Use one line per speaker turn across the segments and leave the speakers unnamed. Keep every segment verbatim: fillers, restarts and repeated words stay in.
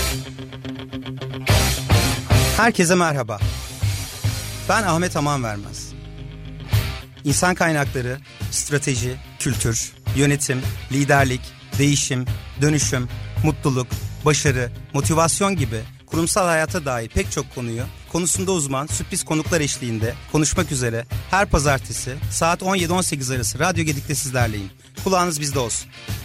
Herkese merhaba. Ben Ahmet Amanvermez. İnsan kaynakları, strateji, kültür, yönetim, liderlik, değişim, dönüşüm, mutluluk, başarı, motivasyon gibi kurumsal hayata dair pek çok konuyu konusunda uzman sürpriz konuklar eşliğinde konuşmak üzere her pazartesi saat on yedi on sekiz arası Radyo Gedik'te sizlerleyim. Kulağınız bizde olsun.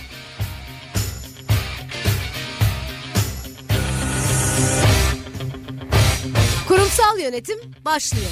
Kurumsal yönetim başlıyor.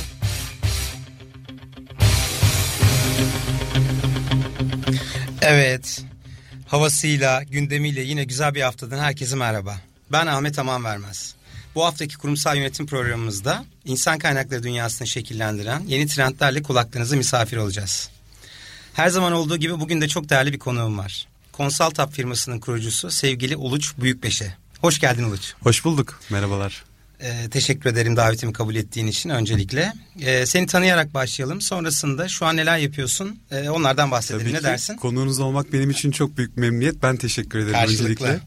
Evet, havasıyla, gündemiyle yine güzel bir haftadan herkese merhaba. Ben Ahmet Amanvermez. Bu haftaki kurumsal yönetim programımızda insan kaynakları dünyasını şekillendiren yeni trendlerle kulaklarınıza misafir olacağız. Her zaman olduğu gibi bugün de çok değerli bir konuğum var. Consultap firmasının kurucusu sevgili Uluç Büyükbeşe. Hoş geldin Uluç.
Hoş bulduk, merhabalar.
Ee, teşekkür ederim davetimi kabul ettiğin için öncelikle. Ee, seni tanıyarak başlayalım. Sonrasında şu an neler yapıyorsun? Ee, onlardan bahsedelim.
Tabii
ne
ki.
Dersin?
Konuğunuz olmak benim için çok büyük memnuniyet. Ben teşekkür ederim
Karşılıklı.
öncelikle.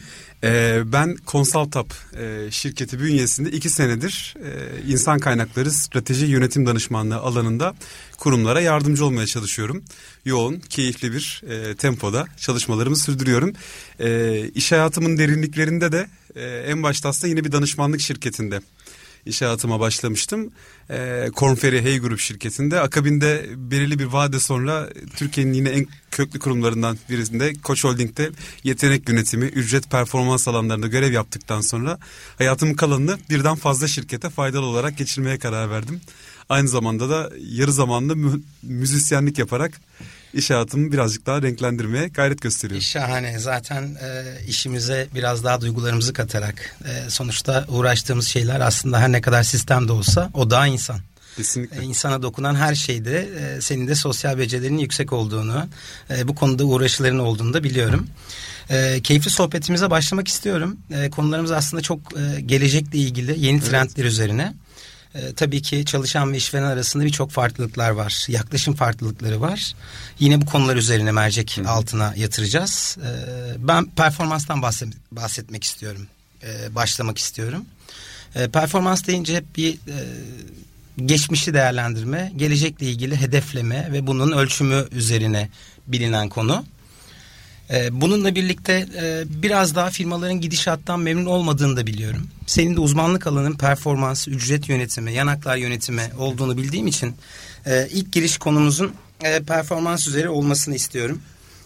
Ee, ben Consultap e, şirketi bünyesinde iki senedir e, insan kaynakları strateji yönetim danışmanlığı alanında kurumlara yardımcı olmaya çalışıyorum. Yoğun, keyifli bir e, tempoda çalışmalarımı sürdürüyorum. E, iş hayatımın derinliklerinde de e, en başta aslında yine bir danışmanlık şirketinde İş hayatıma başlamıştım. E, Korn Ferry Hey Group şirketinde. Akabinde belirli bir vade sonra Türkiye'nin yine en köklü kurumlarından birisinde Koç Holding'de yetenek yönetimi, ücret performans alanlarında görev yaptıktan sonra hayatımın kalanını birden fazla şirkete faydalı olarak geçirmeye karar verdim. Aynı zamanda da yarı zamanlı mü- müzisyenlik yaparak iş hayatımı birazcık daha renklendirmeye gayret gösteriyorum.
Şahane. Zaten e, işimize biraz daha duygularımızı katarak e, sonuçta uğraştığımız şeyler aslında her ne kadar sistem de olsa o da insan.
Kesinlikle.
E, insana dokunan her şeyde e, senin de sosyal becerilerinin yüksek olduğunu, e, bu konuda uğraşıların olduğunu da biliyorum. E, keyifli sohbetimize başlamak istiyorum. E, konularımız aslında çok e, gelecekle ilgili yeni trendler evet. üzerine. Ee, tabii ki çalışan ve işveren arasında birçok farklılıklar var. Yaklaşım farklılıkları var. Yine bu konular üzerine mercek Hı. altına yatıracağız. Ee, ben performanstan bahset, bahsetmek istiyorum. Ee, başlamak istiyorum. Ee, performans deyince hep bir e, geçmişi değerlendirme, gelecekle ilgili hedefleme ve bunun ölçümü üzerine bilinen konu. Bununla birlikte biraz daha firmaların gidişattan memnun olmadığını da biliyorum. Senin de uzmanlık alanın performans, ücret yönetimi, yanaklar yönetimi olduğunu bildiğim için ilk giriş konumuzun performans üzeri olmasını istiyorum.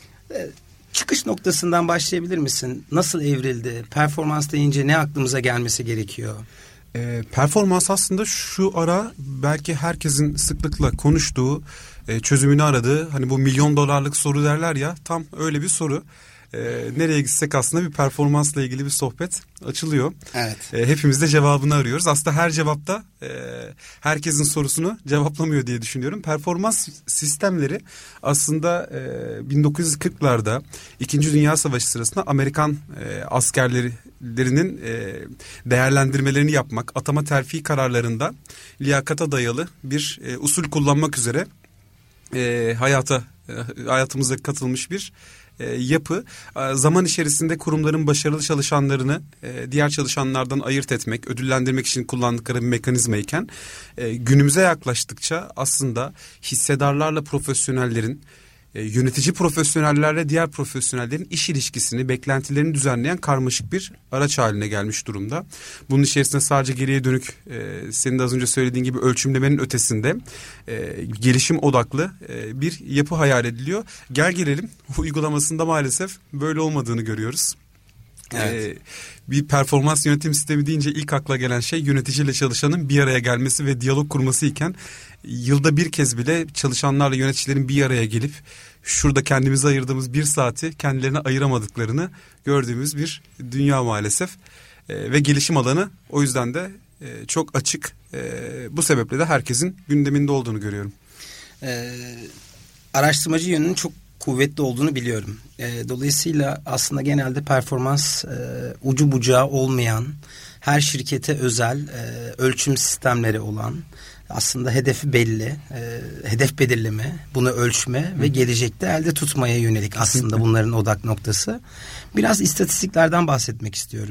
Çıkış noktasından başlayabilir misin? Nasıl evrildi? Performans deyince ne aklımıza gelmesi gerekiyor?
E, performans aslında şu ara belki herkesin sıklıkla konuştuğu, e, çözümünü aradığı, hani bu milyon dolarlık soru derler ya, tam öyle bir soru. E, nereye gitsek aslında bir performansla ilgili bir sohbet açılıyor.
Evet.
E, hepimiz de cevabını arıyoruz. Aslında her cevapta e, herkesin sorusunu cevaplamıyor diye düşünüyorum. Performans sistemleri aslında e, bin dokuz yüz kırklarda İkinci Dünya Savaşı sırasında Amerikan e, askerlerinin e, değerlendirmelerini yapmak, atama terfi kararlarında liyakata dayalı bir e, usul kullanmak üzere e, hayata e, hayatımıza katılmış bir E, yapı. E, zaman içerisinde kurumların başarılı çalışanlarını e, diğer çalışanlardan ayırt etmek, ödüllendirmek için kullandıkları bir mekanizma iken e, günümüze yaklaştıkça aslında hissedarlarla profesyonellerin, e, yönetici profesyonellerle diğer profesyonellerin iş ilişkisini, beklentilerini düzenleyen karmaşık bir araç haline gelmiş durumda. Bunun içerisinde sadece geriye dönük e, senin de az önce söylediğin gibi ölçümlemenin ötesinde e, gelişim odaklı e, bir yapı hayal ediliyor. Gel gelelim uygulamasında maalesef böyle olmadığını görüyoruz.
Evet.
Ee, bir performans yönetim sistemi deyince ilk akla gelen şey yöneticiyle çalışanın bir araya gelmesi ve diyalog kurması iken yılda bir kez bile çalışanlarla yöneticilerin bir araya gelip şurada kendimize ayırdığımız bir saati kendilerine ayıramadıklarını gördüğümüz bir dünya maalesef. Ee, ve gelişim alanı o yüzden de e, çok açık. E, bu sebeple de herkesin gündeminde olduğunu görüyorum.
Ee, araştırmacı yönünün çok kuvvetli olduğunu biliyorum. E, dolayısıyla aslında genelde performans e, ucu bucağı olmayan, her şirkete özel e, ölçüm sistemleri olan, aslında hedefi belli, e, hedef belirleme, bunu ölçme Hı. ve gelecekte elde tutmaya yönelik aslında bunların odak noktası. Biraz istatistiklerden bahsetmek istiyorum.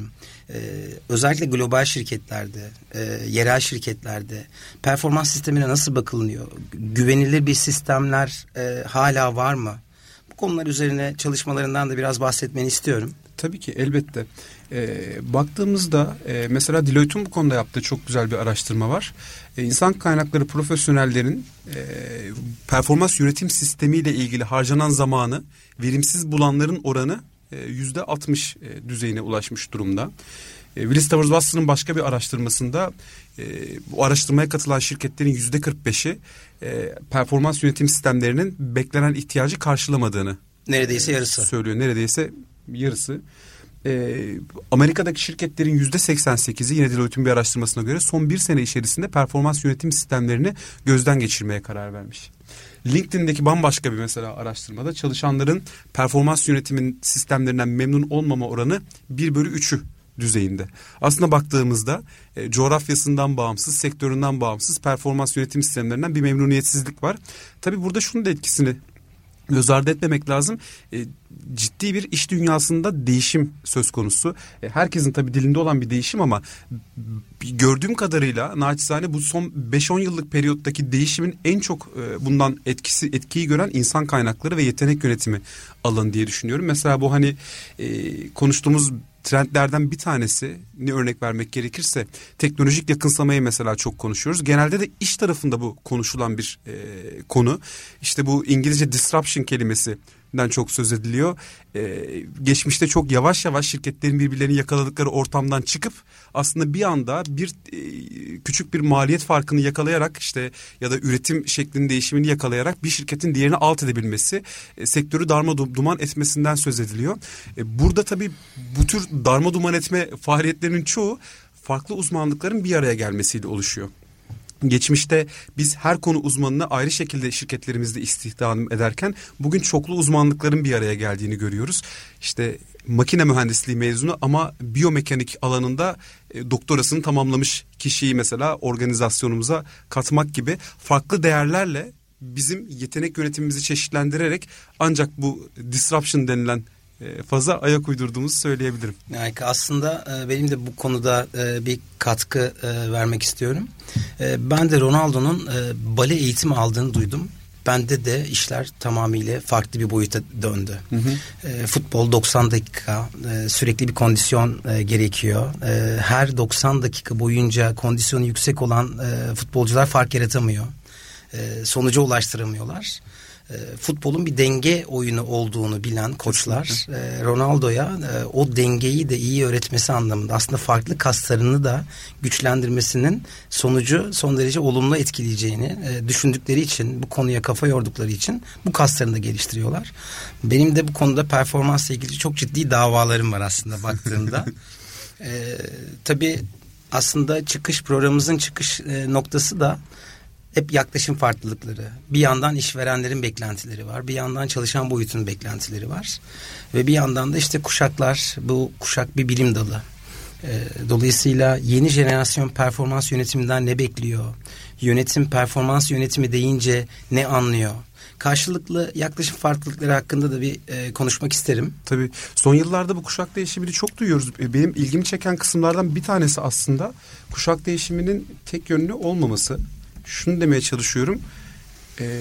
Ee, özellikle global şirketlerde, e, yerel şirketlerde performans sistemine nasıl bakılıyor? Güvenilir bir sistemler e, hala var mı? Bu konular üzerine çalışmalarından da biraz bahsetmeni istiyorum.
Tabii ki, elbette. Ee, baktığımızda e, mesela Deloitte'un bu konuda yaptığı çok güzel bir araştırma var. E, insan kaynakları profesyonellerin e, performans yönetim sistemiyle ilgili harcanan zamanı verimsiz bulanların oranı yüzde altmış düzeyine ulaşmış durumda. Willis Towers Watson'ın başka bir araştırmasında e, bu araştırmaya katılan şirketlerin yüzde kırk beşi e, performans yönetim sistemlerinin beklenen ihtiyacı karşılamadığını
neredeyse yarısı
söylüyor. Neredeyse yarısı. E, Amerika'daki şirketlerin yüzde seksen sekizi yine Deloitte'un bir araştırmasına göre son bir sene içerisinde performans yönetim sistemlerini gözden geçirmeye karar vermiş. LinkedIn'deki bambaşka bir mesela araştırmada çalışanların performans yönetimin sistemlerinden memnun olmama oranı bir bölü üçü düzeyinde. Aslında baktığımızda e, coğrafyasından bağımsız, sektöründen bağımsız performans yönetim sistemlerinden bir memnuniyetsizlik var. Tabii burada şunun da etkisini göz ardı etmemek lazım. E, ciddi bir iş dünyasında değişim söz konusu. E, herkesin tabii dilinde olan bir değişim ama gördüğüm kadarıyla naçizane bu son beş on yıllık periyottaki değişimin en çok e, bundan etkisi etkiyi gören insan kaynakları ve yetenek yönetimi alanı diye düşünüyorum. Mesela bu hani e, konuştuğumuz trendlerden bir tanesi, ne örnek vermek gerekirse teknolojik yakınsamayı mesela çok konuşuyoruz. Genelde de iş tarafında bu konuşulan bir e, konu. İşte bu İngilizce disruption kelimesinden çok söz ediliyor. E, geçmişte çok yavaş yavaş şirketlerin birbirlerini yakaladıkları ortamdan çıkıp aslında bir anda bir e, küçük bir maliyet farkını yakalayarak işte ya da üretim şeklinin değişimini yakalayarak bir şirketin diğerini alt edebilmesi, e, sektörü darma duman etmesinden söz ediliyor. E, burada tabii bu tür darma duman etme faaliyetlerinin çoğu farklı uzmanlıkların bir araya gelmesiyle oluşuyor. Geçmişte biz her konu uzmanını ayrı şekilde şirketlerimizde istihdam ederken bugün çoklu uzmanlıkların bir araya geldiğini görüyoruz. İşte makine mühendisliği mezunu ama biyomekanik alanında e, doktorasını tamamlamış kişiyi mesela organizasyonumuza katmak gibi farklı değerlerle bizim yetenek yönetimimizi çeşitlendirerek ancak bu disruption denilen faza ayak uydurduğumuzu söyleyebilirim.
Yani aslında benim de bu konuda bir katkı vermek istiyorum. Ben de Ronaldo'nun bale eğitimi aldığını duydum. Bende de işler tamamıyla farklı bir boyuta döndü. Hı hı. Futbol doksan dakika, sürekli bir kondisyon gerekiyor. Her doksan dakika boyunca kondisyonu yüksek olan futbolcular fark yaratamıyor. Sonuca ulaştıramıyorlar. E, futbolun bir denge oyunu olduğunu bilen koçlar e, Ronaldo'ya e, o dengeyi de iyi öğretmesi anlamında aslında farklı kaslarını da güçlendirmesinin sonucu son derece olumlu etkileyeceğini e, düşündükleri için, bu konuya kafa yordukları için bu kaslarını da geliştiriyorlar. Benim de bu konuda performansla ilgili çok ciddi davalarım var aslında baktığımda. e, tabii aslında çıkış programımızın çıkış e, noktası da hep yaklaşım farklılıkları. Bir yandan işverenlerin beklentileri var. Bir yandan çalışan boyutunun beklentileri var. Ve bir yandan da işte kuşaklar, bu kuşak bir bilim dalı. Dolayısıyla yeni jenerasyon performans yönetiminden ne bekliyor? Yönetim performans yönetimi deyince ne anlıyor? Karşılıklı yaklaşım farklılıkları hakkında da bir e, konuşmak isterim.
Tabii son yıllarda bu kuşak değişimini çok duyuyoruz. Benim ilgimi çeken kısımlardan bir tanesi aslında kuşak değişiminin tek yönlü olmaması. Şunu demeye çalışıyorum. Ee,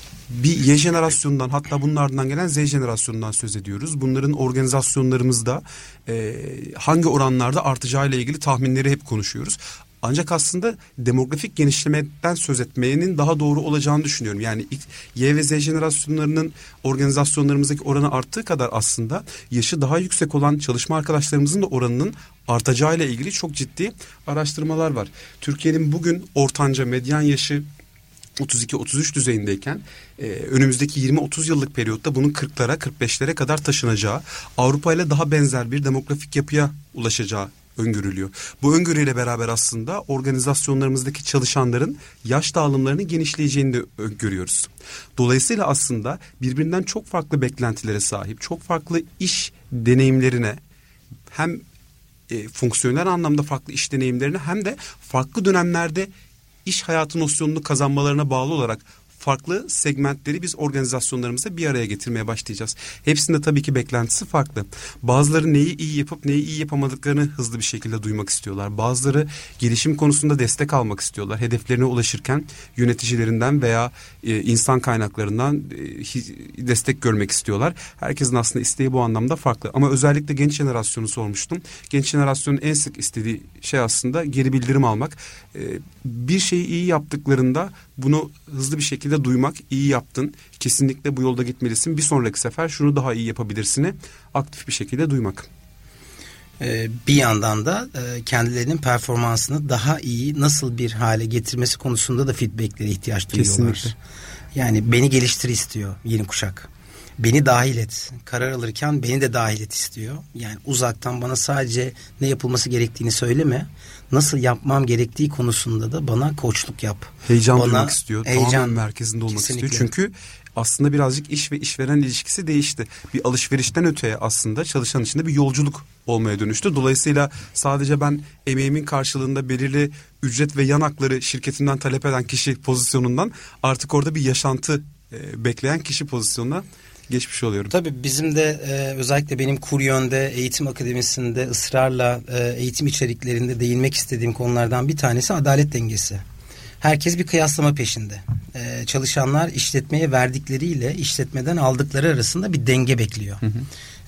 bir Y jenerasyonundan, hatta bunun ardından gelen Z jenerasyonundan söz ediyoruz. Bunların organizasyonlarımızda e, hangi oranlarda artacağıyla ilgili tahminleri hep konuşuyoruz. Ancak aslında demografik genişlemeden söz etmenin daha doğru olacağını düşünüyorum. Yani Y ve Z jenerasyonlarının organizasyonlarımızdaki oranı arttığı kadar aslında yaşı daha yüksek olan çalışma arkadaşlarımızın da oranının artacağıyla ilgili çok ciddi araştırmalar var. Türkiye'nin bugün ortanca medyan yaşı otuz iki otuz üç düzeyindeyken e, önümüzdeki yirmi otuz yıllık periyotta bunun kırklara kırk beşlere kadar taşınacağı, Avrupa ile daha benzer bir demografik yapıya ulaşacağı öngörülüyor. Bu öngörüyle beraber aslında organizasyonlarımızdaki çalışanların yaş dağılımlarını genişleyeceğini de öngörüyoruz. Dolayısıyla aslında birbirinden çok farklı beklentilere sahip, çok farklı iş deneyimlerine, hem e, fonksiyonel anlamda farklı iş deneyimlerine hem de farklı dönemlerde iş hayatı nosyonunu kazanmalarına bağlı olarak farklı segmentleri biz organizasyonlarımızda bir araya getirmeye başlayacağız. Hepsinde tabii ki beklentisi farklı. Bazıları neyi iyi yapıp neyi iyi yapamadıklarını hızlı bir şekilde duymak istiyorlar. Bazıları gelişim konusunda destek almak istiyorlar. Hedeflerine ulaşırken yöneticilerinden veya e, insan kaynaklarından e, destek görmek istiyorlar. Herkesin aslında isteği bu anlamda farklı. Ama özellikle genç jenerasyonu sormuştum. Genç jenerasyonun en sık istediği şey aslında geri bildirim almak. E, bir şeyi iyi yaptıklarında bunu hızlı bir şekilde duymak. İyi yaptın, kesinlikle bu yolda gitmelisin, bir sonraki sefer şunu daha iyi yapabilirsini aktif bir şekilde duymak.
Ee, bir yandan da e, kendilerinin performansını daha iyi nasıl bir hale getirmesi konusunda da feedbacklere ihtiyaç duyuyorlar. Kesinlikle. Yani beni geliştir istiyor yeni kuşak. Beni dahil et. Karar alırken beni de dahil et istiyor. Yani uzaktan bana sadece ne yapılması gerektiğini söyleme. Nasıl yapmam gerektiği konusunda da bana koçluk yap.
Heyecan
bana
duymak istiyor. Heyecan, tamamen merkezinde olmak kesinlikle istiyor. Çünkü aslında birazcık iş ve işveren ilişkisi değişti. Bir alışverişten öteye aslında çalışan içinde bir yolculuk olmaya dönüştü. Dolayısıyla sadece ben emeğimin karşılığında belirli ücret ve yan hakları şirketinden talep eden kişi pozisyonundan artık orada bir yaşantı e, bekleyen kişi pozisyonuna geçmiş oluyorum.
Tabii bizim de e, özellikle benim Kuryön'de eğitim akademisinde ısrarla e, eğitim içeriklerinde değinmek istediğim konulardan bir tanesi adalet dengesi. Herkes bir kıyaslama peşinde. Ee, çalışanlar işletmeye verdikleriyle işletmeden aldıkları arasında bir denge bekliyor. Hı hı.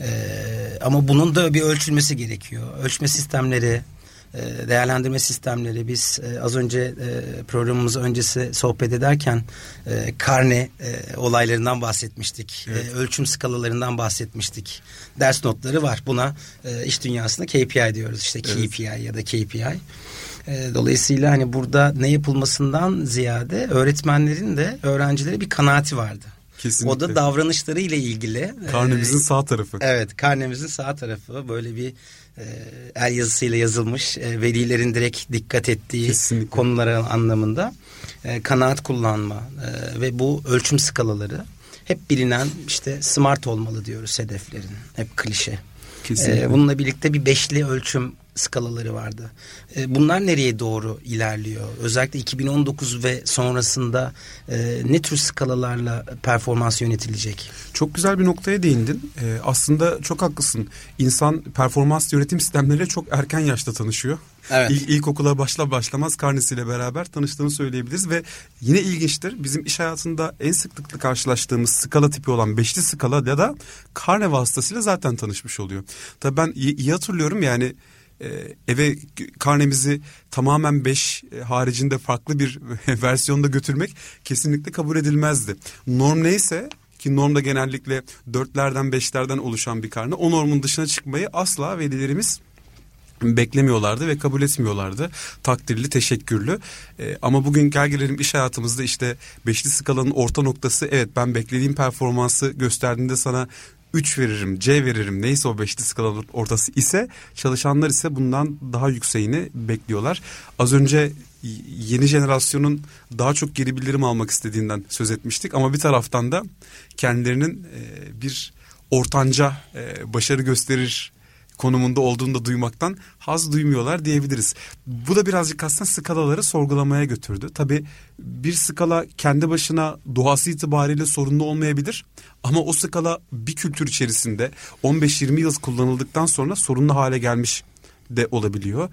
Ee, ama bunun da bir ölçülmesi gerekiyor. Ölçme sistemleri, e, değerlendirme sistemleri. Biz e, az önce e, programımız öncesi sohbet ederken e, karne e, olaylarından bahsetmiştik. Evet. E, ölçüm skalalarından bahsetmiştik. Ders notları var. Buna e, iş dünyasında K P I diyoruz. İşte evet. K P I ya da K P I. Dolayısıyla hani burada ne yapılmasından ziyade öğretmenlerin de öğrencilere bir kanaati vardı.
Kesinlikle.
O da davranışları ile ilgili.
Karnemizin e, sağ tarafı.
Evet, karnemizin sağ tarafı böyle bir e, el yazısıyla yazılmış e, velilerin direkt dikkat ettiği kesinlikle konulara anlamında e, kanaat kullanma e, ve bu ölçüm skalaları hep bilinen işte SMART olmalı diyoruz hedeflerin. Hep klişe. Kesinlikle. E, bununla birlikte bir beşli ölçüm skalaları vardı. Bunlar nereye doğru ilerliyor? Özellikle iki bin on dokuz ve sonrasında e, ne tür skalalarla performans yönetilecek?
Çok güzel bir noktaya değindin. Ee, aslında çok haklısın. İnsan performans yönetim sistemleriyle çok erken yaşta tanışıyor. Evet. İlk, ilkokula başla başlamaz karnesiyle beraber tanıştığını söyleyebiliriz ve yine ilginçtir. Bizim iş hayatında en sıklıkla karşılaştığımız skala tipi olan beşli skala ya da karne vasıtasıyla zaten tanışmış oluyor. Tabii ben iyi, iyi hatırlıyorum yani Ee, eve karnemizi tamamen beş e, haricinde farklı bir versiyonda götürmek kesinlikle kabul edilmezdi. Norm neyse ki normda genellikle dörtlerden beşlerden oluşan bir karne, o normun dışına çıkmayı asla velilerimiz beklemiyorlardı ve kabul etmiyorlardı. Takdirli, teşekkürlü. Ee, ama bugün gel gelelim iş hayatımızda işte beşli skalanın orta noktası, evet ben beklediğim performansı gösterdiğinde sana üç veririm, C veririm, neyse o beşli skalanın ortası ise çalışanlar ise bundan daha yükseğini bekliyorlar. Az önce yeni jenerasyonun daha çok geri bildirim almak istediğinden söz etmiştik ama bir taraftan da kendilerinin e, bir ortanca e, başarı gösterir konumunda olduğunu da duymaktan haz duymuyorlar diyebiliriz. Bu da birazcık aslında skalaları sorgulamaya götürdü. Tabii bir skala kendi başına doğası itibariyle sorunlu olmayabilir. Ama o skala bir kültür içerisinde on beş yirmi yıl kullanıldıktan sonra sorunlu hale gelmiş de olabiliyor.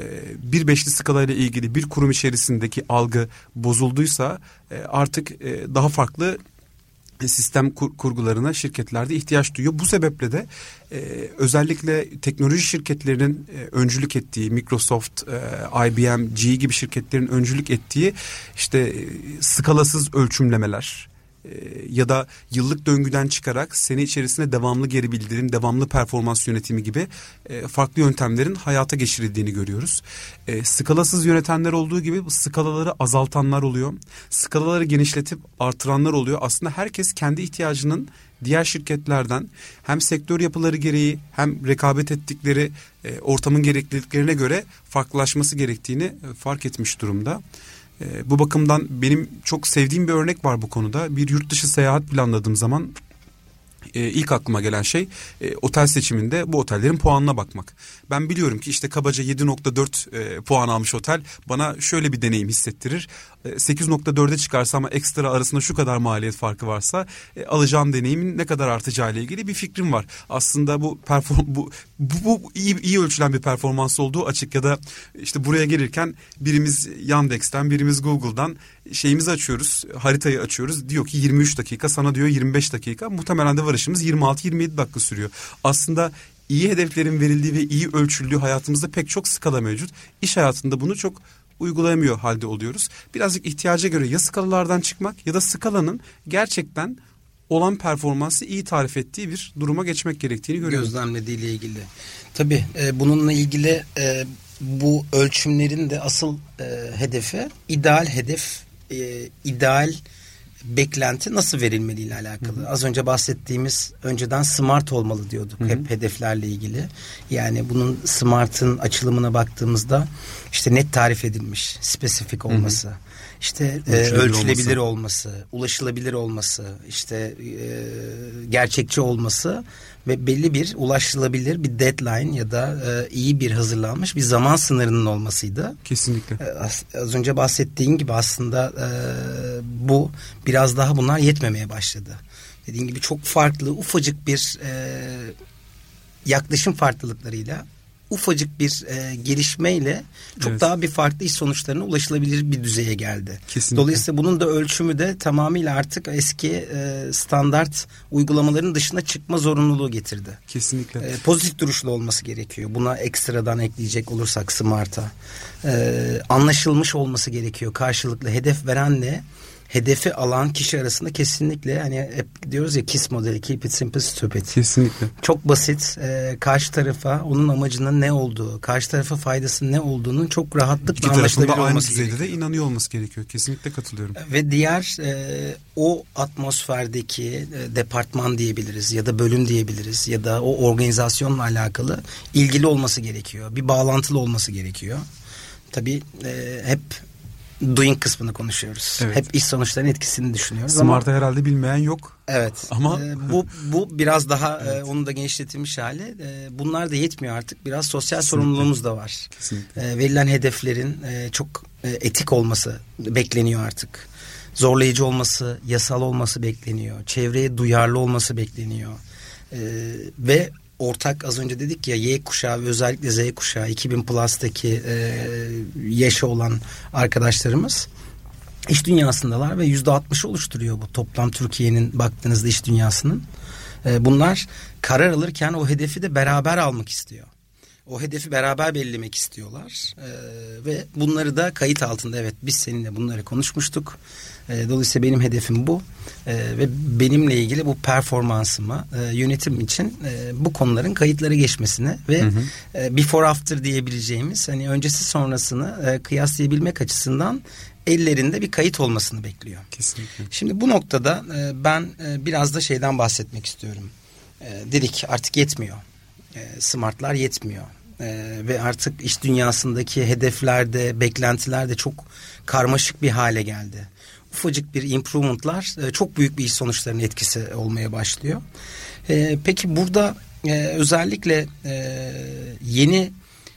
Bir beşli skala ile ilgili bir kurum içerisindeki algı bozulduysa artık daha farklı sistem kur, kurgularına şirketlerde ihtiyaç duyuyor. Bu sebeple de e, özellikle teknoloji şirketlerinin e, öncülük ettiği, Microsoft, e, I B M, G E gibi şirketlerin öncülük ettiği işte e, skalasız ölçümlemeler e, ya da yıllık döngüden çıkarak sene içerisinde devamlı geri bildirim, devamlı performans yönetimi gibi e, farklı yöntemlerin hayata geçirildiğini görüyoruz. E, skalasız yönetenler olduğu gibi skalaları azaltanlar oluyor. Skalaları genişletip artıranlar oluyor. Aslında herkes kendi ihtiyacının diğer şirketlerden hem sektör yapıları gereği hem rekabet ettikleri e, ortamın gerekliliklerine göre farklılaşması gerektiğini e, fark etmiş durumda. E, bu bakımdan benim çok sevdiğim bir örnek var bu konuda. Bir yurt dışı seyahat planladığım zaman e, ilk aklıma gelen şey e, otel seçiminde bu otellerin puanına bakmak. Ben biliyorum ki işte kabaca yedi nokta dört e, puan almış otel bana şöyle bir deneyim hissettirir. E, sekiz nokta dörde çıkarsa ama ekstra arasında şu kadar maliyet farkı varsa e, alacağım deneyimin ne kadar artacağı ile ilgili bir fikrim var. Aslında bu perform bu, bu, bu iyi, iyi ölçülen bir performans olduğu açık ya da işte buraya gelirken birimiz Yandex'ten birimiz Google'dan şeyimizi açıyoruz, haritayı açıyoruz. Diyor ki yirmi üç dakika, sana diyor yirmi beş dakika. Muhtemelen de varışımız yirmi altı yirmi yedi dakika sürüyor. Aslında iyi hedeflerin verildiği ve iyi ölçüldüğü hayatımızda pek çok skala mevcut. İş hayatında bunu çok uygulayamıyor halde oluyoruz. Birazcık ihtiyaca göre ya skalalardan çıkmak ya da skalanın gerçekten olan performansı iyi tarif ettiği bir duruma geçmek gerektiğini görüyoruz.
Gözlemlediğiyle ilgili. Tabii e, bununla ilgili e, bu ölçümlerin de asıl e, hedefi ideal hedef, e, ideal beklenti nasıl verilmeliyle alakalı. Hı hı. Az önce bahsettiğimiz önceden SMART olmalı diyorduk. Hı hı. Hep hedeflerle ilgili. Yani bunun SMART'ın açılımına baktığımızda işte net tarif edilmiş, spesifik olması, hı hı. işte e, ölçülebilir olması. olması, ulaşılabilir olması, işte e, gerçekçi olması ve belli bir ulaşılabilir bir deadline ya da e, iyi bir hazırlanmış bir zaman sınırının olmasıydı.
Kesinlikle.
E, az, az önce bahsettiğin gibi aslında e, bu biraz daha bunlar yetmemeye başladı. Dediğin gibi çok farklı ufacık bir e, yaklaşım farklılıklarıyla ufacık bir e, gelişmeyle çok evet. daha bir farklı iş sonuçlarına ulaşılabilir bir düzeye geldi.
Kesinlikle.
Dolayısıyla bunun da ölçümü de tamamıyla artık eski e, standart uygulamaların dışına çıkma zorunluluğu getirdi.
Kesinlikle.
E, pozitif duruşlu olması gerekiyor. Buna ekstradan ekleyecek olursak SMART'a. E, anlaşılmış olması gerekiyor. Karşılıklı hedef verenle hedefi alan kişi arasında kesinlikle hani hep diyoruz ya KISS modeli, keep it simple stupid.
Kesinlikle.
Çok basit. E, karşı tarafa onun amacının ne olduğu, karşı tarafa faydasının ne olduğunun çok rahatlıkla anlaşılabilir olması
aynı düzeyde
gerekiyor.
de inanıyor olması gerekiyor. Kesinlikle katılıyorum.
Ve diğer e, o atmosferdeki e, departman diyebiliriz ya da bölüm diyebiliriz ya da o organizasyonla alakalı ilgili olması gerekiyor. Bir bağlantılı olması gerekiyor. Tabii e, hep doing kısmını konuşuyoruz. Evet. Hep iş sonuçlarının etkisini düşünüyoruz.
SMART'ı herhalde bilmeyen yok.
Evet.
Ama
e, bu bu biraz daha evet. e, onun da genişletilmiş hali. E, bunlar da yetmiyor artık. Biraz sosyal Kesinlikle. sorumluluğumuz da var.
Kesinlikle.
E, verilen hedeflerin e, çok e, etik olması bekleniyor artık. Zorlayıcı olması, yasal olması bekleniyor. Çevreye duyarlı olması bekleniyor. E, ve ortak az önce dedik ya Y kuşağı ve özellikle Z kuşağı iki bin plus'taki e, yaşı olan arkadaşlarımız iş dünyasındalar ve yüzde altmışı oluşturuyor bu toplam Türkiye'nin baktığınızda iş dünyasının. E, bunlar karar alırken o hedefi de beraber almak istiyor. O hedefi beraber belirlemek istiyorlar e, ve bunları da kayıt altında evet biz seninle bunları konuşmuştuk. E, dolayısıyla benim hedefim bu e, ve benimle ilgili bu performansımı e, yönetim için e, bu konuların kayıtlara geçmesini ve hı hı. E, before after diyebileceğimiz hani öncesi sonrasını e, kıyaslayabilmek açısından ellerinde bir kayıt olmasını bekliyor.
Kesinlikle.
Şimdi bu noktada e, ben e, biraz da şeyden bahsetmek istiyorum. E, dedik artık yetmiyor. E, SMART'lar yetmiyor. Ee, ve artık iş dünyasındaki hedeflerde, beklentilerde çok karmaşık bir hale geldi. Ufacık bir improvement'lar e, çok büyük bir iş sonuçlarının etkisi olmaya başlıyor. E, peki burada e, özellikle e, yeni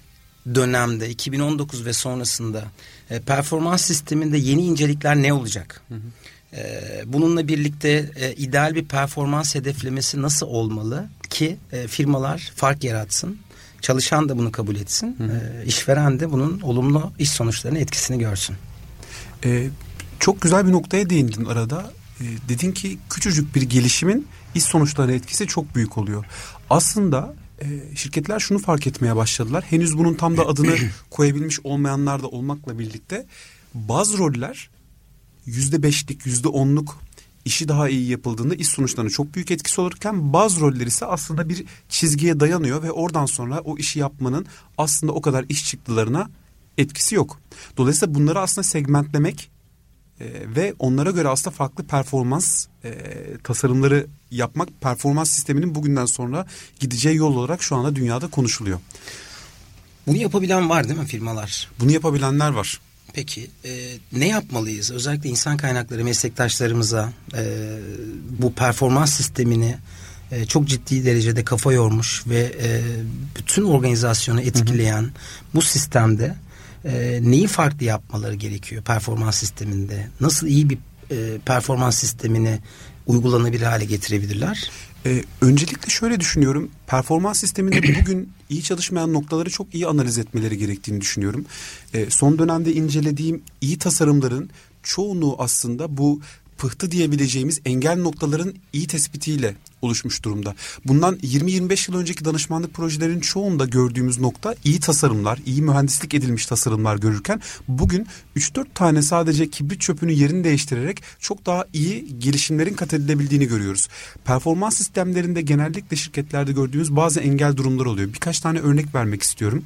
dönemde iki bin on dokuz ve sonrasında e, performans sisteminde yeni incelikler ne olacak? Hı hı. E, bununla birlikte e, ideal bir performans hedeflemesi nasıl olmalı ki e, firmalar fark yaratsın? Çalışan da bunu kabul etsin. E, işveren de bunun olumlu iş sonuçlarının etkisini görsün.
Ee, çok güzel bir noktaya değindin arada. Ee, dedin ki küçücük bir gelişimin iş sonuçlarına etkisi çok büyük oluyor. Aslında e, şirketler şunu fark etmeye başladılar. Henüz bunun tam da adını koyabilmiş olmayanlar da olmakla birlikte bazı roller yüzde beşlik, yüzde onluk işi daha iyi yapıldığında iş sonuçlarına çok büyük etkisi olurken bazı roller ise aslında bir çizgiye dayanıyor ve oradan sonra o işi yapmanın aslında o kadar iş çıktılarına etkisi yok. Dolayısıyla bunları aslında segmentlemek e, ve onlara göre aslında farklı performans e, tasarımları yapmak performans sisteminin bugünden sonra gideceği yol olarak şu anda dünyada konuşuluyor.
Bunu yapabilen var değil mi firmalar?
Bunu yapabilenler var.
Peki e, ne yapmalıyız? Özellikle insan kaynakları meslektaşlarımıza e, bu performans sistemini e, çok ciddi derecede kafa yormuş ve e, bütün organizasyonu etkileyen hı hı. bu sistemde e, neyi farklı yapmaları gerekiyor performans sisteminde? Nasıl iyi bir e, performans sistemini uygulanabilir hale getirebilirler?
Ee, öncelikle şöyle düşünüyorum. Performans sisteminde bugün iyi çalışmayan noktaları çok iyi analiz etmeleri gerektiğini düşünüyorum. Ee, son dönemde incelediğim iyi tasarımların çoğunluğu aslında bu pıhtı diyebileceğimiz engel noktaların iyi tespitiyle oluşmuş durumda. Bundan yirmi yirmi beş yıl önceki danışmanlık projelerinin çoğunda gördüğümüz nokta iyi tasarımlar, iyi mühendislik edilmiş tasarımlar görürken bugün üç dört tane sadece kibrit çöpünün yerini değiştirerek çok daha iyi gelişimlerin kat edilebildiğini görüyoruz. Performans sistemlerinde genellikle şirketlerde gördüğümüz bazı engel durumlar oluyor. Birkaç tane örnek vermek istiyorum.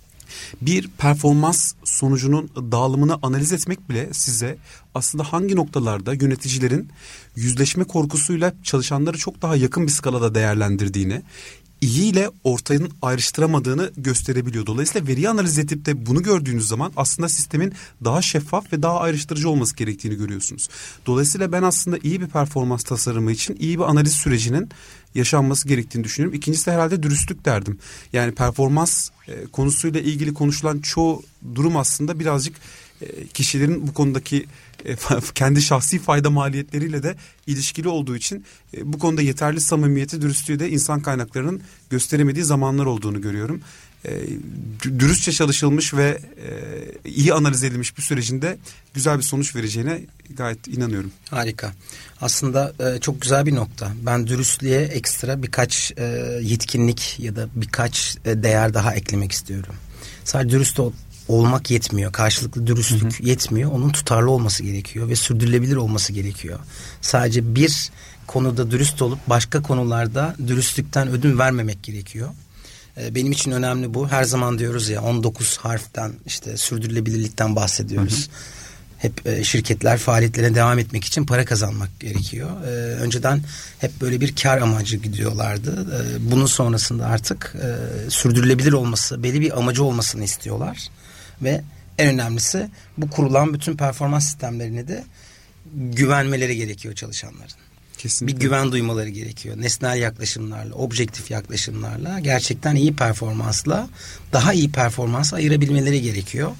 Bir performans sonucunun dağılımını analiz etmek bile size aslında hangi noktalarda yöneticilerin yüzleşme korkusuyla çalışanları çok daha yakın bir skalada değerlendirdiğini, iyi ile ortayın ayrıştıramadığını gösterebiliyor. Dolayısıyla veriyi analiz edip de bunu gördüğünüz zaman aslında sistemin daha şeffaf ve daha ayrıştırıcı olması gerektiğini görüyorsunuz. Dolayısıyla ben aslında iyi bir performans tasarımı için iyi bir analiz sürecinin yaşanması gerektiğini düşünüyorum. İkincisi de herhalde dürüstlük derdim. Yani performans e, konusuyla ilgili konuşulan çoğu durum aslında birazcık e, kişilerin bu konudaki e, kendi şahsi fayda maliyetleriyle de ilişkili olduğu için e, bu konuda yeterli samimiyeti, dürüstlüğü de insan kaynaklarının gösteremediği zamanlar olduğunu görüyorum. E, dürüstçe çalışılmış ve e, iyi analiz edilmiş bir sürecinde güzel bir sonuç vereceğine gayet inanıyorum.
Harika. Aslında e, çok güzel bir nokta. Ben dürüstlüğe ekstra birkaç e, yetkinlik ya da birkaç e, değer daha eklemek istiyorum. Sadece dürüst ol, olmak yetmiyor. Karşılıklı dürüstlük hı hı. yetmiyor. Onun tutarlı olması gerekiyor ve sürdürülebilir olması gerekiyor. Sadece bir konuda dürüst olup başka konularda dürüstlükten ödün vermemek gerekiyor. Benim için önemli bu. Her zaman diyoruz ya on dokuz harften işte sürdürülebilirlikten bahsediyoruz. Hı hı. Hep e, şirketler faaliyetlerine devam etmek için para kazanmak gerekiyor. E, önceden hep böyle bir kar amacı gidiyorlardı. E, bunun sonrasında artık e, sürdürülebilir olması, belli bir amacı olmasını istiyorlar. Ve en önemlisi bu kurulan bütün performans sistemlerine de güvenmeleri gerekiyor çalışanların.
Kesinlikle.
Bir güven duymaları gerekiyor. Nesnel yaklaşımlarla, objektif yaklaşımlarla gerçekten iyi performansla daha iyi performans ayırabilmeleri gerekiyor.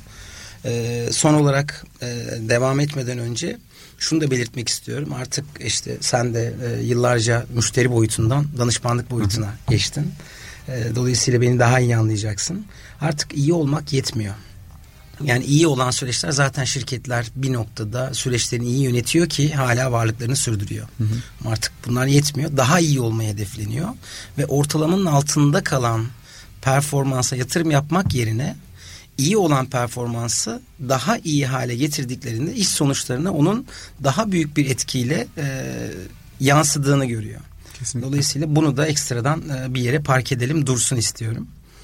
Ee, son olarak e, devam etmeden önce şunu da belirtmek istiyorum. Artık işte sen de e, yıllarca müşteri boyutundan danışmanlık boyutuna hı hı. geçtin. E, dolayısıyla beni daha iyi anlayacaksın. Artık iyi olmak yetmiyor. Yani iyi olan süreçler zaten şirketler bir noktada süreçlerini iyi yönetiyor ki hala varlıklarını sürdürüyor. Hı hı. Artık bunlar yetmiyor. Daha iyi olmaya hedefleniyor ve ortalamanın altında kalan performansa yatırım yapmak yerine iyi olan performansı daha iyi hale getirdiklerinde iş sonuçlarına onun daha büyük bir etkiyle e, yansıdığını görüyor. Kesinlikle. Dolayısıyla bunu da ekstradan e, bir yere park edelim, dursun istiyorum.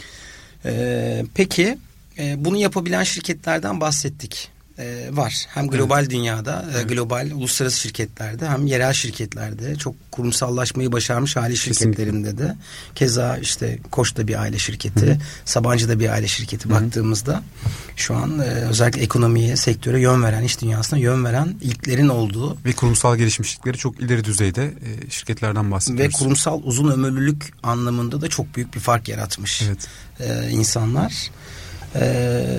E, peki e, bunu yapabilen şirketlerden bahsettik. E, var. Hem global evet. dünyada, evet. e, global uluslararası şirketlerde hem yerel şirketlerde çok kurumsallaşmayı başarmış aile şirketlerinde Kesinlikle. de. Keza işte Koç da bir aile şirketi, Hı-hı. Sabancı da bir aile şirketi Hı-hı. baktığımızda şu an e, özellikle ekonomiye, sektöre yön veren, iş dünyasına yön veren ilklerin olduğu
ve kurumsal gelişmişlikleri çok ileri düzeyde e, şirketlerden bahsediyoruz.
Ve kurumsal uzun ömürlülük anlamında da çok büyük bir fark yaratmış evet. e, insanlar. Eee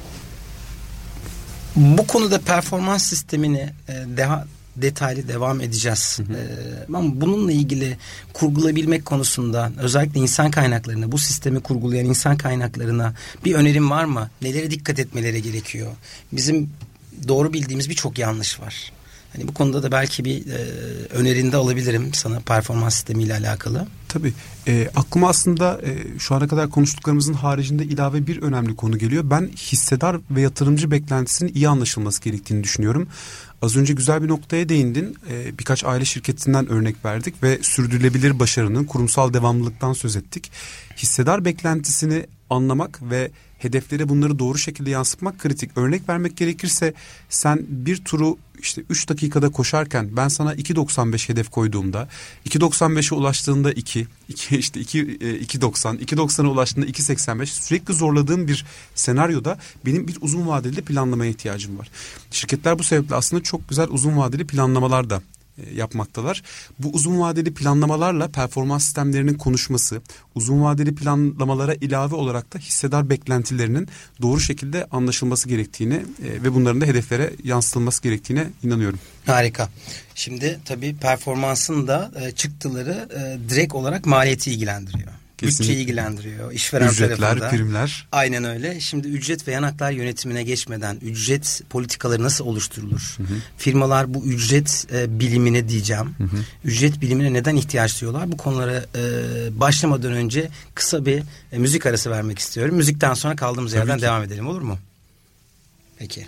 Bu konuda performans sistemini e, daha detaylı devam edeceğiz. Hı hı. E, ama bununla ilgili kurgulayabilmek konusunda özellikle insan kaynaklarına, bu sistemi kurgulayan insan kaynaklarına bir önerim var mı? Nelere dikkat etmeleri gerekiyor? Bizim doğru bildiğimiz birçok yanlış var. Hani bu konuda da belki bir e, önerinde alabilirim sana performans sistemiyle alakalı.
Tabii. E, aklıma aslında e, şu ana kadar konuştuklarımızın haricinde ilave bir önemli konu geliyor. Ben hissedar ve yatırımcı beklentisinin iyi anlaşılması gerektiğini düşünüyorum. Az önce güzel bir noktaya değindin. E, birkaç aile şirketinden örnek verdik ve sürdürülebilir başarının, kurumsal devamlılıktan söz ettik. Hissedar beklentisini anlamak ve hedeflere bunları doğru şekilde yansıtmak kritik. Örnek vermek gerekirse sen bir turu işte üç dakikada koşarken ben sana iki doksan beş hedef koyduğumda iki doksan beşe ulaştığında iki, iki işte iki doksan, iki doksana ulaştığında iki seksen beş sürekli zorladığım bir senaryoda benim bir uzun vadeli planlamaya ihtiyacım var. Şirketler bu sebeple aslında çok güzel uzun vadeli planlamalar da e, yapmaktalar. Bu uzun vadeli planlamalarla performans sistemlerinin konuşması, uzun vadeli planlamalara ilave olarak da hissedar beklentilerinin doğru şekilde anlaşılması gerektiğini e, ve bunların da hedeflere yansıtılması gerektiğine inanıyorum.
Harika. Şimdi tabii performansın da e, çıktıları e, direkt olarak maliyeti ilgilendiriyor.
Kesinlikle.
Bütçeyi ilgilendiriyor. İşveren
Ücretler,
tarafında.
primler.
Aynen öyle. Şimdi ücret ve yanaklar yönetimine geçmeden ücret politikaları nasıl oluşturulur? Hı hı. Firmalar bu ücret e, bilimine diyeceğim. Hı hı. Ücret bilimine neden ihtiyaç duyuyorlar? Bu konulara e, başlamadan önce kısa bir e, müzik arası vermek istiyorum. Müzikten sonra kaldığımız
Tabii
yerden
ki.
devam edelim, olur mu? Peki.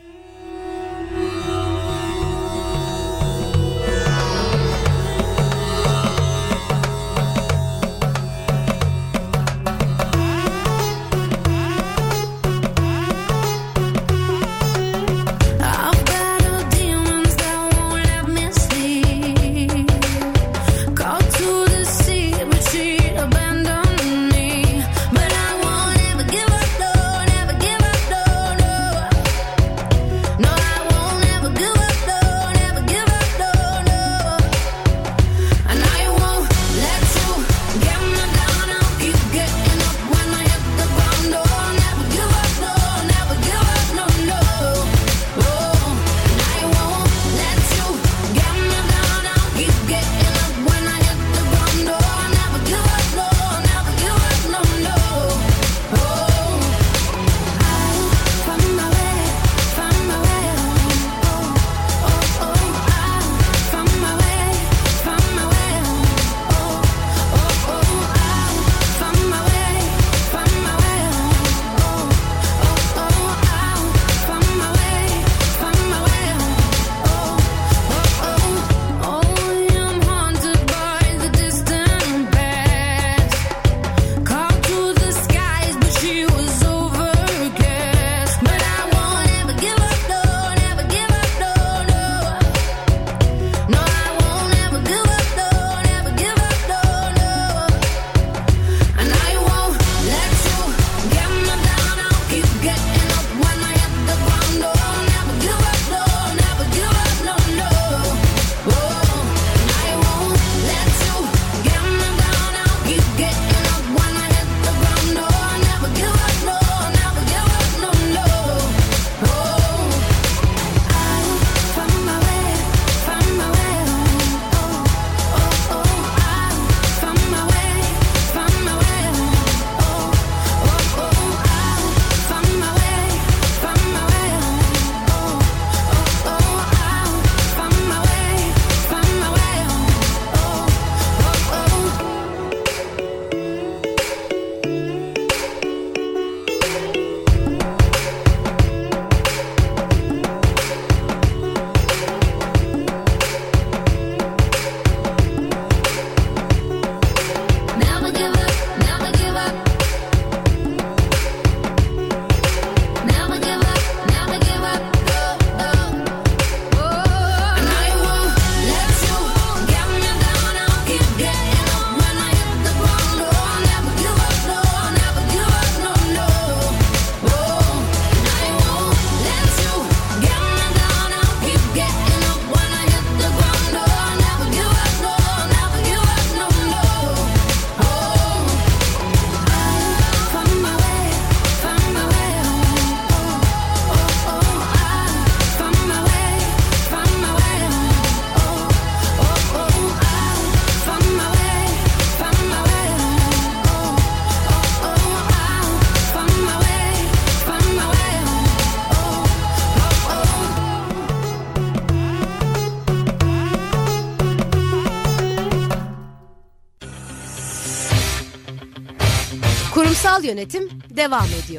Kurumsal yönetim devam ediyor.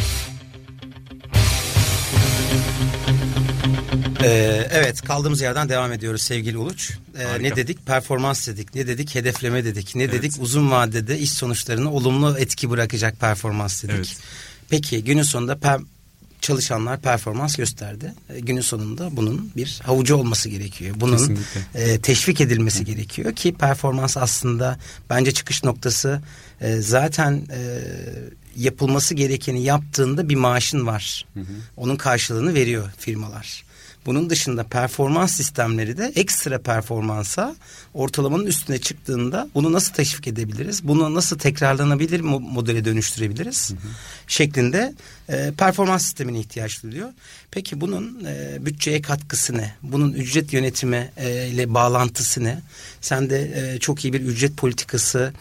Ee, evet, kaldığımız yerden devam ediyoruz sevgili Uluç. Ee, ne dedik? Performans dedik. Ne dedik? Hedefleme dedik. Ne evet. dedik? Uzun vadede iş sonuçlarına olumlu etki bırakacak performans dedik. Evet. Peki günün sonunda per, çalışanlar performans gösterdi. Ee, günün sonunda bunun bir havucu olması gerekiyor. Bunun e, teşvik edilmesi Hı. gerekiyor ki performans aslında bence çıkış noktası e, zaten e, yapılması gerekeni yaptığında bir maaşın var. Hı hı. Onun karşılığını veriyor firmalar. Bunun dışında performans sistemleri de ekstra performansa ortalamanın üstüne çıktığında bunu nasıl teşvik edebiliriz? Bunu nasıl tekrarlanabilir modele dönüştürebiliriz? Hı hı. Şeklinde e, performans sistemine ihtiyaç duyuyor. Peki bunun e, bütçeye katkısı ne? Bunun ücret yönetimi e, ile bağlantısı ne? Sen de e, çok iyi bir ücret politikası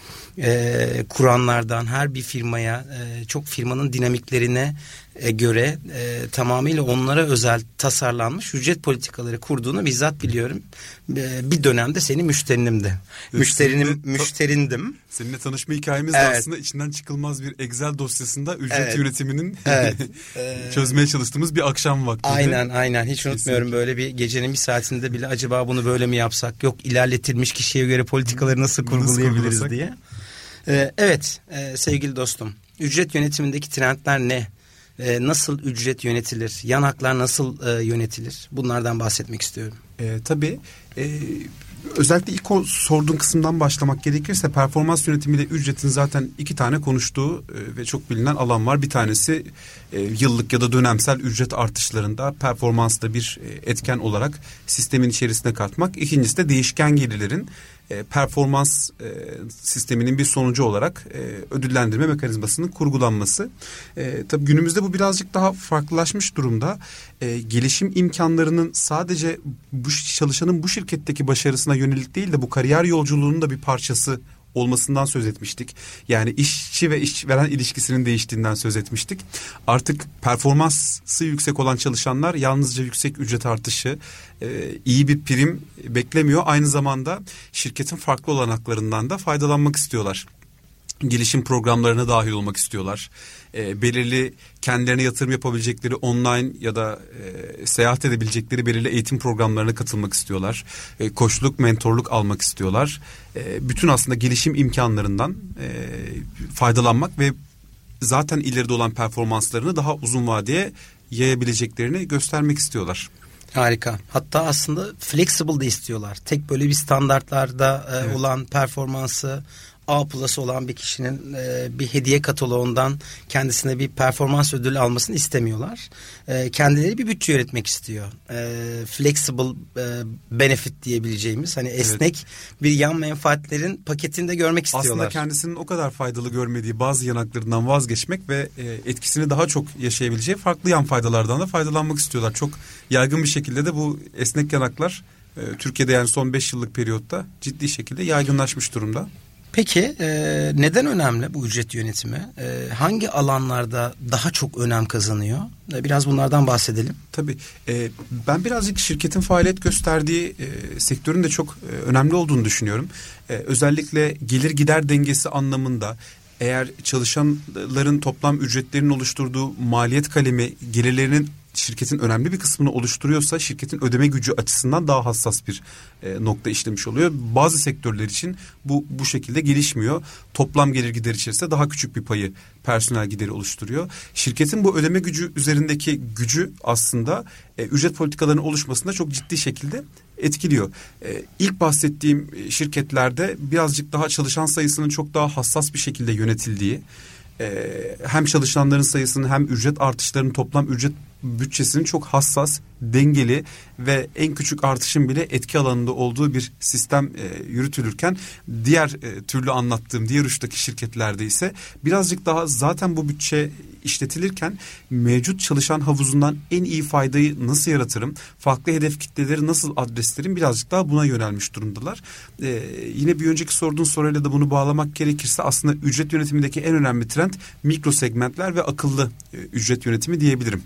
e, kuranlardan, her bir firmaya e, çok firmanın dinamiklerine e, göre e, tamamıyla onlara özel tasarlanmış ücret politikaları kurduğunu bizzat biliyorum. E, bir dönemde senin müşterinimdi. Müşterinim,
seninle,
müşterindim.
Seninle tanışma hikayemiz
evet.
de aslında içinden çıkılmaz bir Excel dosyasında ücret
evet.
yönetiminin
evet.
çözmeye çalıştığımız bir akşam vaktiydi.
Aynen aynen hiç Kesinlikle. unutmuyorum, böyle bir gecenin bir saatinde bile acaba bunu böyle mi yapsak, yok ilerletilmiş kişiye göre politikaları nasıl kurgulayabiliriz nasıl diye. Ee, evet e, sevgili dostum, ücret yönetimindeki trendler ne? Ee, nasıl ücret yönetilir? Yan haklar nasıl e, yönetilir? Bunlardan bahsetmek istiyorum.
E, tabii. E, özellikle ilk o, sorduğun kısımdan başlamak gerekirse performans yönetimiyle ücretin zaten iki tane konuştuğu e, ve çok bilinen alan var. Bir tanesi e, yıllık ya da dönemsel ücret artışlarında performansta bir e, etken olarak sistemin içerisine katmak. İkincisi de değişken gelirlerin E, performans e, sisteminin bir sonucu olarak e, ödüllendirme mekanizmasının kurgulanması. E, tabii günümüzde bu birazcık daha farklılaşmış durumda. E, gelişim imkanlarının sadece bu çalışanın bu şirketteki başarısına yönelik değil de bu kariyer yolculuğunun da bir parçası olmasından söz etmiştik. Yani işçi ve işveren ilişkisinin değiştiğinden söz etmiştik. Artık performansı yüksek olan çalışanlar yalnızca yüksek ücret artışı, e, iyi bir prim beklemiyor. Aynı zamanda şirketin farklı olanaklarından da faydalanmak istiyorlar. Gelişim programlarına dahil olmak istiyorlar. E, belirli kendilerine yatırım yapabilecekleri online ya da e, seyahat edebilecekleri belirli eğitim programlarına katılmak istiyorlar. E, koçluk, mentorluk almak istiyorlar. E, bütün aslında gelişim imkanlarından e, faydalanmak ve zaten ileride olan performanslarını daha uzun vadeye yayabileceklerini göstermek istiyorlar.
Harika. Hatta aslında flexible de istiyorlar. Tek böyle bir standartlarda e, evet. olan performansı A plus olan bir kişinin e, bir hediye kataloğundan kendisine bir performans ödülü almasını istemiyorlar. E, kendileri bir bütçe yönetmek istiyor. E, flexible e, benefit diyebileceğimiz, hani esnek evet. bir yan menfaatlerin paketinde görmek istiyorlar.
Aslında kendisinin o kadar faydalı görmediği bazı yanaklarından vazgeçmek ve e, etkisini daha çok yaşayabileceği farklı yan faydalardan da faydalanmak istiyorlar. Çok yaygın bir şekilde de bu esnek yanaklar e, Türkiye'de yani son beş yıllık periyotta ciddi şekilde yaygınlaşmış durumda.
Peki e, neden önemli bu ücret yönetimi? E, hangi alanlarda daha çok önem kazanıyor? E, biraz bunlardan bahsedelim.
Tabii. E, ben birazcık şirketin faaliyet gösterdiği e, sektörün de çok e, önemli olduğunu düşünüyorum. E, özellikle gelir gider dengesi anlamında eğer çalışanların toplam ücretlerinin oluşturduğu maliyet kalemi gelirlerinin şirketin önemli bir kısmını oluşturuyorsa şirketin ödeme gücü açısından daha hassas bir e, nokta işlemiş oluyor. Bazı sektörler için bu bu şekilde gelişmiyor. Toplam gelir gider içerisinde daha küçük bir payı personel gideri oluşturuyor. Şirketin bu ödeme gücü üzerindeki gücü aslında e, ücret politikalarının oluşmasında çok ciddi şekilde etkiliyor. Ee, ilk bahsettiğim şirketlerde birazcık daha çalışan sayısının çok daha hassas bir şekilde yönetildiği, e, hem çalışanların sayısının hem ücret artışlarının toplam ücret bütçesinin çok hassas, dengeli ve en küçük artışın bile etki alanında olduğu bir sistem e, yürütülürken diğer e, türlü anlattığım diğer uçtaki şirketlerde ise birazcık daha zaten bu bütçe işletilirken mevcut çalışan havuzundan en iyi faydayı nasıl yaratırım, farklı hedef kitleleri nasıl adreslerim, birazcık daha buna yönelmiş durumdalar. Ee, yine bir önceki sorduğun soruyla da bunu bağlamak gerekirse aslında ücret yönetimindeki en önemli trend mikro segmentler ve akıllı e, ücret yönetimi diyebilirim.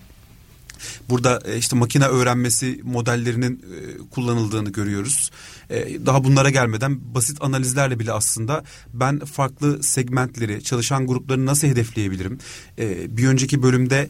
Burada işte makine öğrenmesi modellerinin kullanıldığını görüyoruz. Daha bunlara gelmeden basit analizlerle bile aslında ben farklı segmentleri, çalışan gruplarını nasıl hedefleyebilirim? Bir önceki bölümde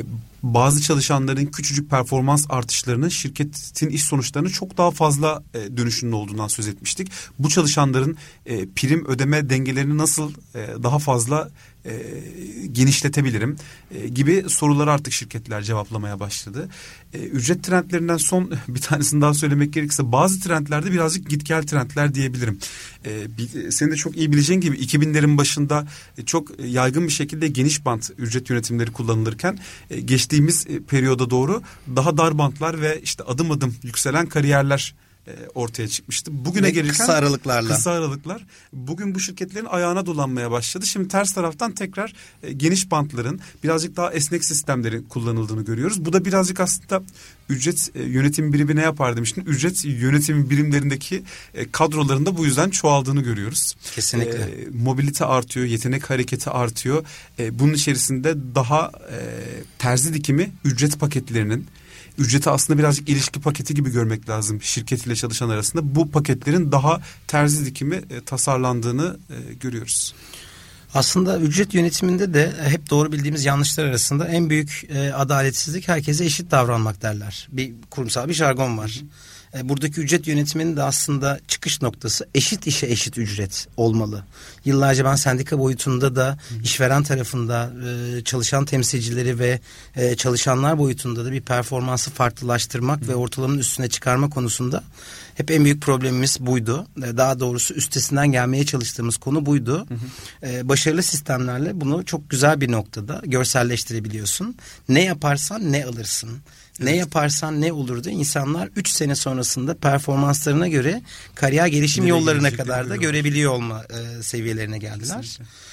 bazı çalışanların küçücük performans artışlarının şirketin iş sonuçlarını çok daha fazla dönüşünün olduğundan söz etmiştik. Bu çalışanların prim ödeme dengelerini nasıl daha fazla E, genişletebilirim e, gibi soruları artık şirketler cevaplamaya başladı. E, ücret trendlerinden son bir tanesini daha söylemek gerekirse bazı trendlerde birazcık git gel trendler diyebilirim. E, bir, senin de çok iyi bileceğin gibi iki binlerin başında e, çok yaygın bir şekilde geniş bant ücret yönetimleri kullanılırken e, geçtiğimiz geçtiğimiz periyoda doğru daha dar bantlar ve işte adım adım yükselen kariyerler ortaya çıkmıştı. Bugüne
ve
gelirken
kısa aralıklarla.
Kısa aralıklar. Bugün bu şirketlerin ayağına dolanmaya başladı. Şimdi ters taraftan tekrar e, geniş bantların, birazcık daha esnek sistemlerin kullanıldığını görüyoruz. Bu da birazcık aslında ücret e, yönetim birimi ne yapar demiştin. Ücret yönetim birimlerindeki e, kadroların da bu yüzden çoğaldığını görüyoruz.
Kesinlikle.
E, mobilite artıyor, yetenek hareketi artıyor. E, bunun içerisinde daha e, terzi dikimi ücret paketlerinin, ücreti aslında birazcık ilişki paketi gibi görmek lazım şirket ile çalışan arasında. Bu paketlerin daha terzi dikimi e, tasarlandığını e, görüyoruz.
Aslında ücret yönetiminde de hep doğru bildiğimiz yanlışlar arasında en büyük e, adaletsizlik herkese eşit davranmak derler. Bir kurumsal bir jargon var. E, buradaki ücret yönetiminin de aslında çıkış noktası eşit işe eşit ücret olmalı. Yıllarca ben sendika boyutunda da işveren tarafında e, çalışan temsilcileri ve e, çalışanlar boyutunda da bir performansı farklılaştırmak ve ortalamanın üstüne çıkarma konusunda hep en büyük problemimiz buydu. Daha doğrusu üstesinden gelmeye çalıştığımız konu buydu. Hı hı. Ee, başarılı sistemlerle bunu çok güzel bir noktada görselleştirebiliyorsun. Ne yaparsan ne alırsın. Evet. Ne yaparsan ne olurdu. İnsanlar üç sene sonrasında performanslarına göre kariyer gelişim Nereye yollarına kadar da görebiliyor olma e, seviyelerine geldiler.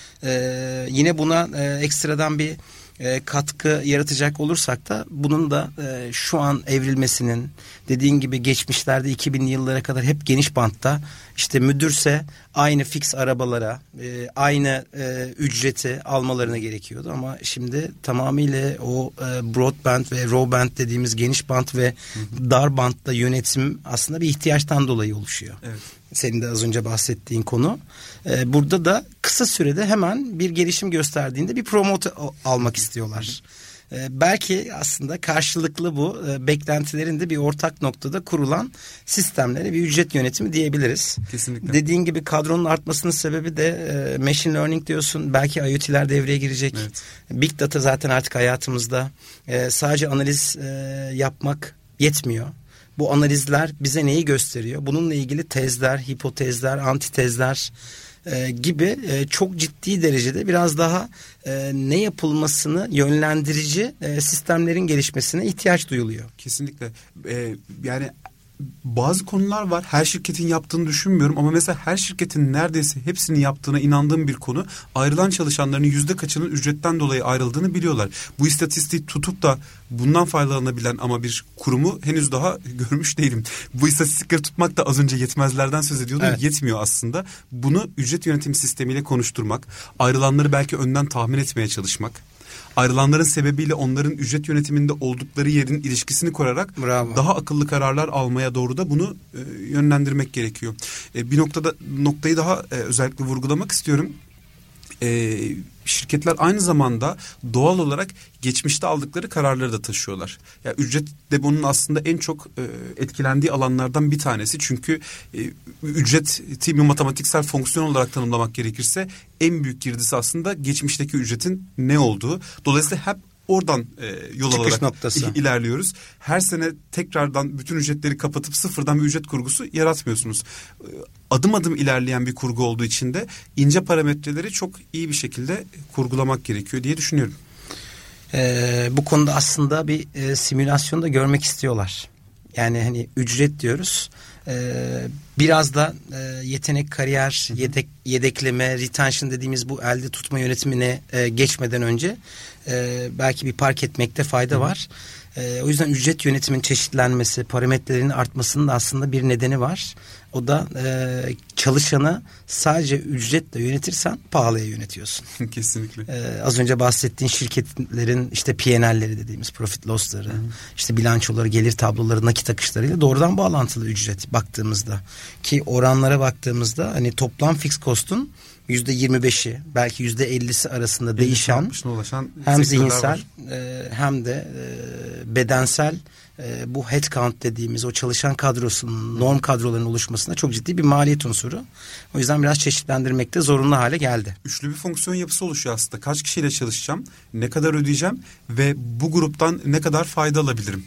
Ee, yine buna e, ekstradan bir E, katkı yaratacak olursak da bunun da e, şu an evrilmesinin, dediğin gibi geçmişlerde iki binli yıllara kadar hep geniş bantta, işte müdürse aynı fix arabalara e, aynı e, ücreti almalarına gerekiyordu ama şimdi tamamıyla o e, broadband ve raw band dediğimiz geniş bant ve hı hı. dar bantta yönetim aslında bir ihtiyaçtan dolayı oluşuyor. Evet. Senin de az önce bahsettiğin konu. Ee, burada da kısa sürede hemen bir gelişim gösterdiğinde bir promote almak istiyorlar. Ee, belki aslında karşılıklı bu e, beklentilerin de bir ortak noktada kurulan sistemlere bir ücret yönetimi diyebiliriz.
Kesinlikle.
Dediğin gibi kadronun artmasının sebebi de e, machine learning diyorsun. Belki IoT'ler devreye girecek. Evet. Big data zaten artık hayatımızda. E, sadece analiz e, yapmak yetmiyor. Bu analizler bize neyi gösteriyor? Bununla ilgili tezler, hipotezler, antitezler e, gibi e, çok ciddi derecede biraz daha e, ne yapılmasını yönlendirici e, sistemlerin gelişmesine ihtiyaç duyuluyor.
Kesinlikle. Ee, yani bazı konular var. Her şirketin yaptığını düşünmüyorum ama mesela her şirketin neredeyse hepsinin yaptığına inandığım bir konu, ayrılan çalışanların yüzde kaçının ücretten dolayı ayrıldığını biliyorlar. Bu istatistiği tutup da bundan faydalanabilen ama bir kurumu henüz daha görmüş değilim. Bu istatistikleri tutmak da az önce yetmezlerden söz ediyordum. Evet. Yetmiyor aslında. Bunu ücret yönetim sistemiyle konuşturmak, ayrılanları belki önden tahmin etmeye çalışmak, ayrılanların sebebiyle onların ücret yönetiminde oldukları yerin ilişkisini kurarak Bravo. daha akıllı kararlar almaya doğru da bunu e, yönlendirmek gerekiyor. E, bir noktada noktayı daha e, özellikle vurgulamak istiyorum. E, şirketler aynı zamanda doğal olarak geçmişte aldıkları kararları da taşıyorlar. Ya yani ücret de bunun aslında en çok e, etkilendiği alanlardan bir tanesi. Çünkü e, ücreti bir matematiksel fonksiyon olarak tanımlamak gerekirse en büyük girdisi aslında geçmişteki ücretin ne olduğu. Dolayısıyla hep oradan e, yol
Çıkış
alarak
noktası.
ilerliyoruz. Her sene tekrardan bütün ücretleri kapatıp sıfırdan bir ücret kurgusu yaratmıyorsunuz. E, adım adım ilerleyen bir kurgu olduğu için de ince parametreleri çok iyi bir şekilde kurgulamak gerekiyor diye düşünüyorum.
Ee, bu konuda aslında bir e, simülasyon da görmek istiyorlar. Yani hani ücret diyoruz. Ee, biraz da e, yetenek, kariyer, yedek, yedekleme, retention dediğimiz bu elde tutma yönetimine e, geçmeden önce e, belki bir park etmekte fayda var. E, o yüzden ücret yönetimin çeşitlenmesi, parametrelerin artmasının da aslında bir nedeni var. O da e, çalışanı sadece ücretle yönetirsen pahalıya yönetiyorsun.
Kesinlikle.
E, az önce bahsettiğin şirketlerin işte P and L'leri dediğimiz profit loss'ları, Hı-hı. işte bilançoları, gelir tabloları, nakit akışlarıyla doğrudan bağlantılı ücret baktığımızda. Ki oranlara baktığımızda hani toplam fixed cost'un yüzde yirmi beşi belki yüzde ellisi arasında değişen hem zihinsel e, hem de e, bedensel e, bu headcount dediğimiz o çalışan kadrosunun, norm kadrolarının oluşmasında çok ciddi bir maliyet unsuru. O yüzden biraz çeşitlendirmekte zorunlu hale geldi.
Üçlü bir fonksiyon yapısı oluşuyor aslında. Kaç kişiyle çalışacağım, ne kadar ödeyeceğim ve bu gruptan ne kadar fayda alabilirim?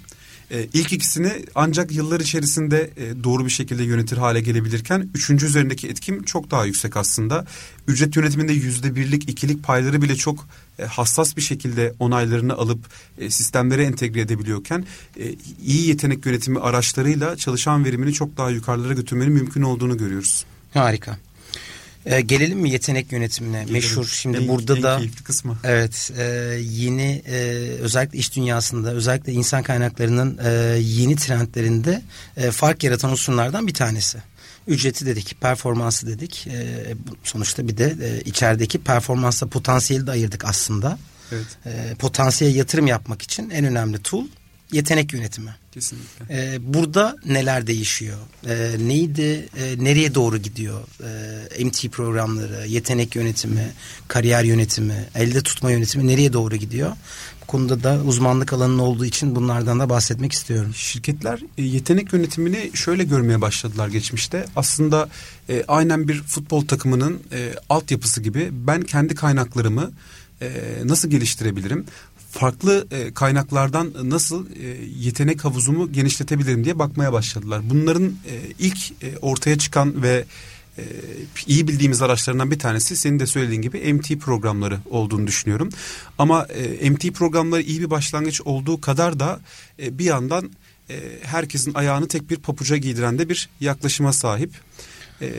E, ilk ikisini ancak yıllar içerisinde e, doğru bir şekilde yönetir hale gelebilirken üçüncü üzerindeki etkim çok daha yüksek aslında. Ücret yönetiminde yüzde birlik, ikilik payları bile çok e, hassas bir şekilde onaylarını alıp e, sistemlere entegre edebiliyorken e, iyi yetenek yönetimi araçlarıyla çalışan verimini çok daha yukarılara götürmenin mümkün olduğunu görüyoruz.
Harika. Ee, gelelim mi yetenek yönetimine? Gelelim. Meşhur şimdi en, burada en da
keyifli kısmı.
Evet, e, yeni e, özellikle iş dünyasında, özellikle insan kaynaklarının e, yeni trendlerinde e, fark yaratan unsurlardan bir tanesi. Ücreti dedik, performansı dedik. E, sonuçta bir de e, içerideki performansla potansiyeli de ayırdık aslında.
Evet.
E, potansiyele yatırım yapmak için en önemli tool yetenek yönetimi.
Kesinlikle.
Ee, burada neler değişiyor? Ee, neydi? E, nereye doğru gidiyor? Ee, M T programları, yetenek yönetimi, kariyer yönetimi, elde tutma yönetimi nereye doğru gidiyor? Bu konuda da uzmanlık alanının olduğu için bunlardan da bahsetmek istiyorum.
Şirketler e, yetenek yönetimini şöyle görmeye başladılar geçmişte. Aslında e, aynen bir futbol takımının e, altyapısı gibi ben kendi kaynaklarımı e, nasıl geliştirebilirim? Farklı e, kaynaklardan nasıl e, yetenek havuzumu genişletebilirim diye bakmaya başladılar. Bunların e, ilk e, ortaya çıkan ve e, iyi bildiğimiz araçlarından bir tanesi senin de söylediğin gibi M T programları olduğunu düşünüyorum. Ama e, M T programları iyi bir başlangıç olduğu kadar da e, bir yandan e, herkesin ayağını tek bir papuca giydiren de bir yaklaşıma sahip. E,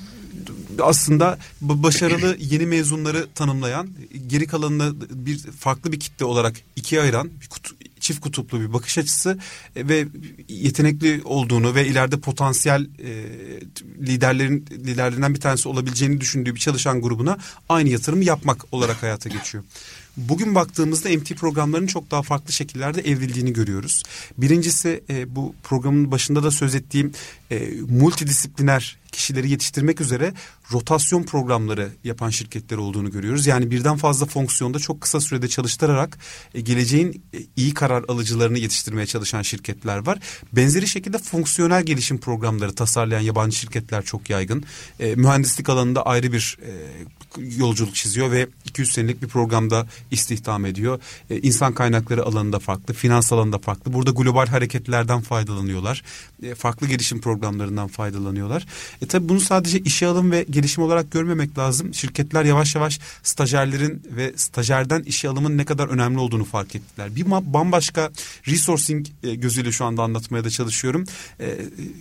Aslında başarılı yeni mezunları tanımlayan, geri kalanını bir farklı bir kitle olarak ikiye ayıran bir kutu, çift kutuplu bir bakış açısı ve yetenekli olduğunu ve ileride potansiyel e, liderlerin liderlerinden bir tanesi olabileceğini düşündüğü bir çalışan grubuna aynı yatırımı yapmak olarak hayata geçiyor. Bugün baktığımızda M T programlarının çok daha farklı şekillerde evrildiğini görüyoruz. Birincisi e, bu programın başında da söz ettiğim e, multidisipliner kişileri yetiştirmek üzere rotasyon programları yapan şirketler olduğunu görüyoruz. Yani birden fazla fonksiyonda çok kısa sürede çalıştırarak e, geleceğin e, iyi karar alıcılarını yetiştirmeye çalışan şirketler var. Benzeri şekilde fonksiyonel gelişim programları tasarlayan yabancı şirketler çok yaygın. E, mühendislik alanında ayrı bir e, yolculuk çiziyor ve iki yüz senelik bir programda istihdam ediyor. E, insan kaynakları alanında farklı, finans alanında farklı. Burada global hareketlerden faydalanıyorlar. E, farklı gelişim programlarından faydalanıyorlar. E tabi bunu sadece işe alım ve gelişim olarak görmemek lazım. Şirketler yavaş yavaş stajyerlerin ve stajyerden işe alımın ne kadar önemli olduğunu fark ettiler. Bir bambaşka resourcing e, gözüyle şu anda anlatmaya da çalışıyorum. E,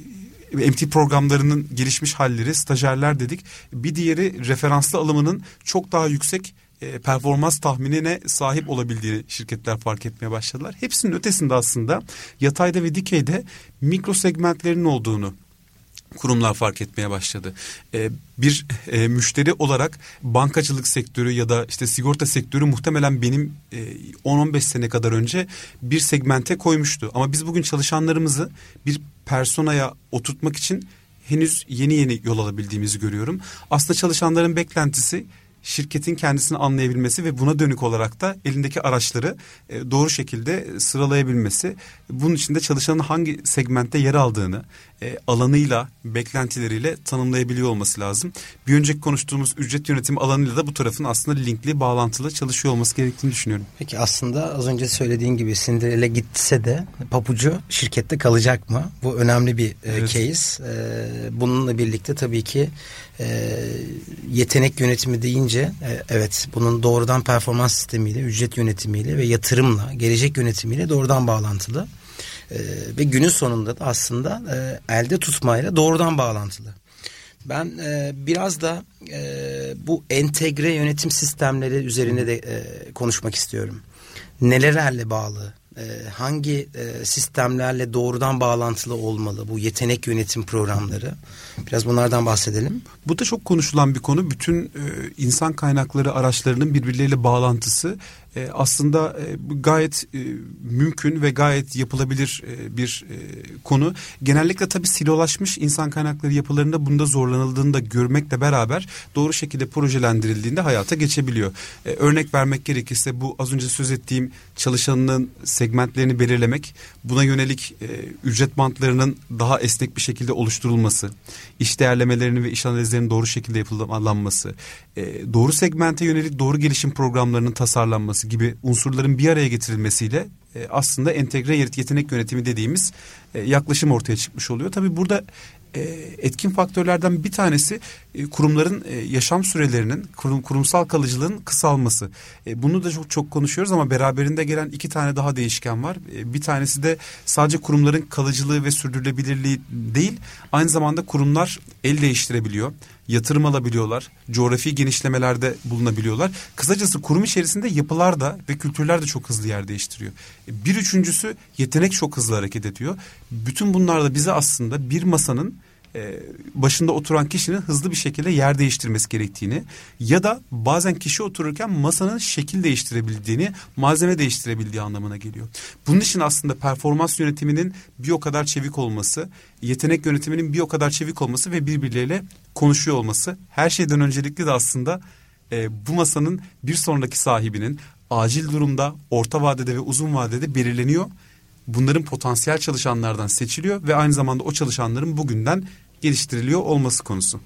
M T programlarının gelişmiş halleri, stajyerler dedik. Bir diğeri referanslı alımının çok daha yüksek e, performans tahminine sahip olabildiği şirketler fark etmeye başladılar. Hepsinin ötesinde aslında yatayda ve dikeyde mikro segmentlerin olduğunu kurumlar fark etmeye başladı. Ee, bir e, müşteri olarak bankacılık sektörü ya da işte sigorta sektörü muhtemelen benim e, on on beş sene kadar önce bir segmente koymuştu. Ama biz bugün çalışanlarımızı bir personaya oturtmak için henüz yeni yeni yol alabildiğimizi görüyorum. Aslında çalışanların beklentisi şirketin kendisini anlayabilmesi ve buna dönük olarak da elindeki araçları e, doğru şekilde sıralayabilmesi. Bunun için de çalışanın hangi segmentte yer aldığını e, alanıyla, beklentileriyle tanımlayabiliyor olması lazım. Bir önceki konuştuğumuz ücret yönetimi alanıyla da bu tarafın aslında linkli, bağlantılı çalışıyor olması gerektiğini düşünüyorum.
Peki aslında az önce söylediğin gibi Cinderella gitse de papucu şirkette kalacak mı? Bu önemli bir evet. case. E, bununla birlikte tabii ki e, yetenek yönetimi deyince e, evet bunun doğrudan performans sistemiyle, ücret yönetimiyle ve yatırımla, gelecek yönetimiyle doğrudan bağlantılı. Ee, ve günün sonunda da aslında e, elde tutmayla doğrudan bağlantılı. Ben e, biraz da e, bu entegre yönetim sistemleri üzerine de e, konuşmak istiyorum. Nelerle bağlı, e, hangi e, sistemlerle doğrudan bağlantılı olmalı bu yetenek yönetim programları? Biraz bunlardan bahsedelim.
Bu da çok konuşulan bir konu. Bütün e, insan kaynakları araçlarının birbirleriyle bağlantısı e, aslında e, gayet e, mümkün ve gayet yapılabilir e, bir e, konu. Genellikle tabii silolaşmış insan kaynakları yapılarında bunda zorlanıldığını da görmekle beraber doğru şekilde projelendirildiğinde hayata geçebiliyor. E, örnek vermek gerekirse bu az önce söz ettiğim çalışanının segmentlerini belirlemek, buna yönelik e, ücret bantlarının daha esnek bir şekilde oluşturulması, iş değerlemelerinin ve iş analizlerinin doğru şekilde yapılanması, e, doğru segmente yönelik doğru gelişim programlarının tasarlanması gibi unsurların bir araya getirilmesiyle e, aslında entegre yetenek yönetimi dediğimiz e, yaklaşım ortaya çıkmış oluyor. Tabii burada e, etkin faktörlerden bir tanesi e, kurumların e, yaşam sürelerinin, kurum, kurumsal kalıcılığın kısalması. E, bunu da çok çok konuşuyoruz ama beraberinde gelen iki tane daha değişken var. E, bir tanesi de sadece kurumların kalıcılığı ve sürdürülebilirliği değil, aynı zamanda kurumlar el değiştirebiliyor, yatırım alabiliyorlar, coğrafi genişlemelerde bulunabiliyorlar. Kısacası kurum içerisinde yapılar da ve kültürler de çok hızlı yer değiştiriyor. Bir üçüncüsü yetenek çok hızlı hareket ediyor. Bütün bunlar da bize aslında bir masanın e, başında oturan kişinin hızlı bir şekilde yer değiştirmesi gerektiğini ya da bazen kişi otururken masanın şekil değiştirebildiğini, malzeme değiştirebildiği anlamına geliyor. Bunun için aslında performans yönetiminin bir o kadar çevik olması, yetenek yönetiminin bir o kadar çevik olması ve birbirleriyle konuşuyor olması, her şeyden öncelikli de aslında e, bu masanın bir sonraki sahibinin acil durumda, orta vadede ve uzun vadede belirleniyor. Bunların potansiyel çalışanlardan seçiliyor ve aynı zamanda o çalışanların bugünden geliştiriliyor olması konusu.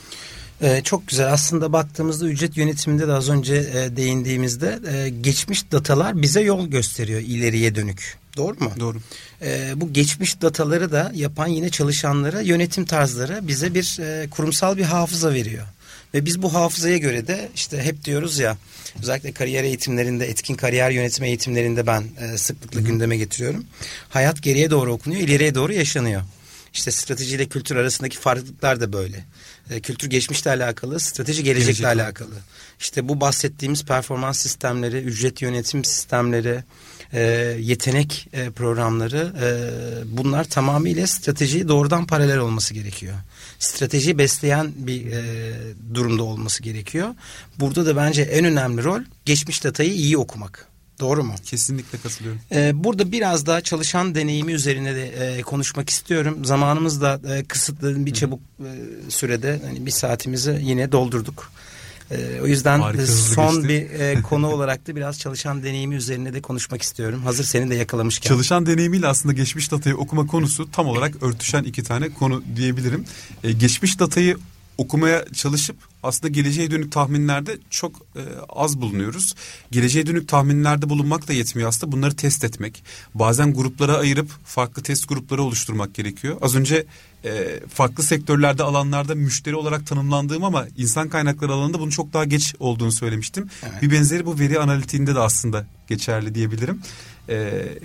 Ee, çok güzel. Aslında baktığımızda ücret yönetiminde de az önce e, değindiğimizde e, geçmiş datalar bize yol gösteriyor ileriye dönük. Doğru mu?
Doğru.
Ee, bu geçmiş dataları da yapan yine çalışanlara yönetim tarzları bize bir e, kurumsal bir hafıza veriyor. Ve biz bu hafızaya göre de işte hep diyoruz ya, özellikle kariyer eğitimlerinde, etkin kariyer yönetimi eğitimlerinde ben e, sıklıkla Hı-hı. gündeme getiriyorum. Hayat geriye doğru okunuyor, ileriye doğru yaşanıyor. İşte strateji ile kültür arasındaki farklılıklar da böyle. E, kültür geçmişle alakalı, strateji gelecekle Gelecek alakalı. İşte bu bahsettiğimiz performans sistemleri, ücret yönetim sistemleri, e, yetenek e, programları, e, bunlar tamamıyla stratejiyi doğrudan paralel olması gerekiyor. Stratejiyi besleyen bir e, durumda olması gerekiyor. Burada da bence en önemli rol geçmiş datayı iyi okumak. Doğru mu?
Kesinlikle katılıyorum.
Ee, burada biraz daha çalışan deneyimi üzerine de e, konuşmak istiyorum. Zamanımız da e, kısıtlı, bir çabuk e, sürede hani bir saatimizi yine doldurduk. E, o yüzden Harika, son bir e, konu olarak da biraz çalışan deneyimi üzerine de konuşmak istiyorum. Hazır seni de yakalamışken.
Çalışan deneyimiyle aslında geçmiş datayı okuma konusu tam olarak örtüşen iki tane konu diyebilirim. E, geçmiş datayı okumaya çalışıp aslında geleceğe dönük tahminlerde çok e, az bulunuyoruz. Geleceğe dönük tahminlerde bulunmak da yetmiyor aslında. Bunları test etmek. Bazen gruplara ayırıp farklı test grupları oluşturmak gerekiyor. Az önce e, farklı sektörlerde, alanlarda müşteri olarak tanımlandığım ama insan kaynakları alanında bunun çok daha geç olduğunu söylemiştim. Evet. Bir benzeri bu veri analitiğinde de aslında geçerli diyebilirim. Evet.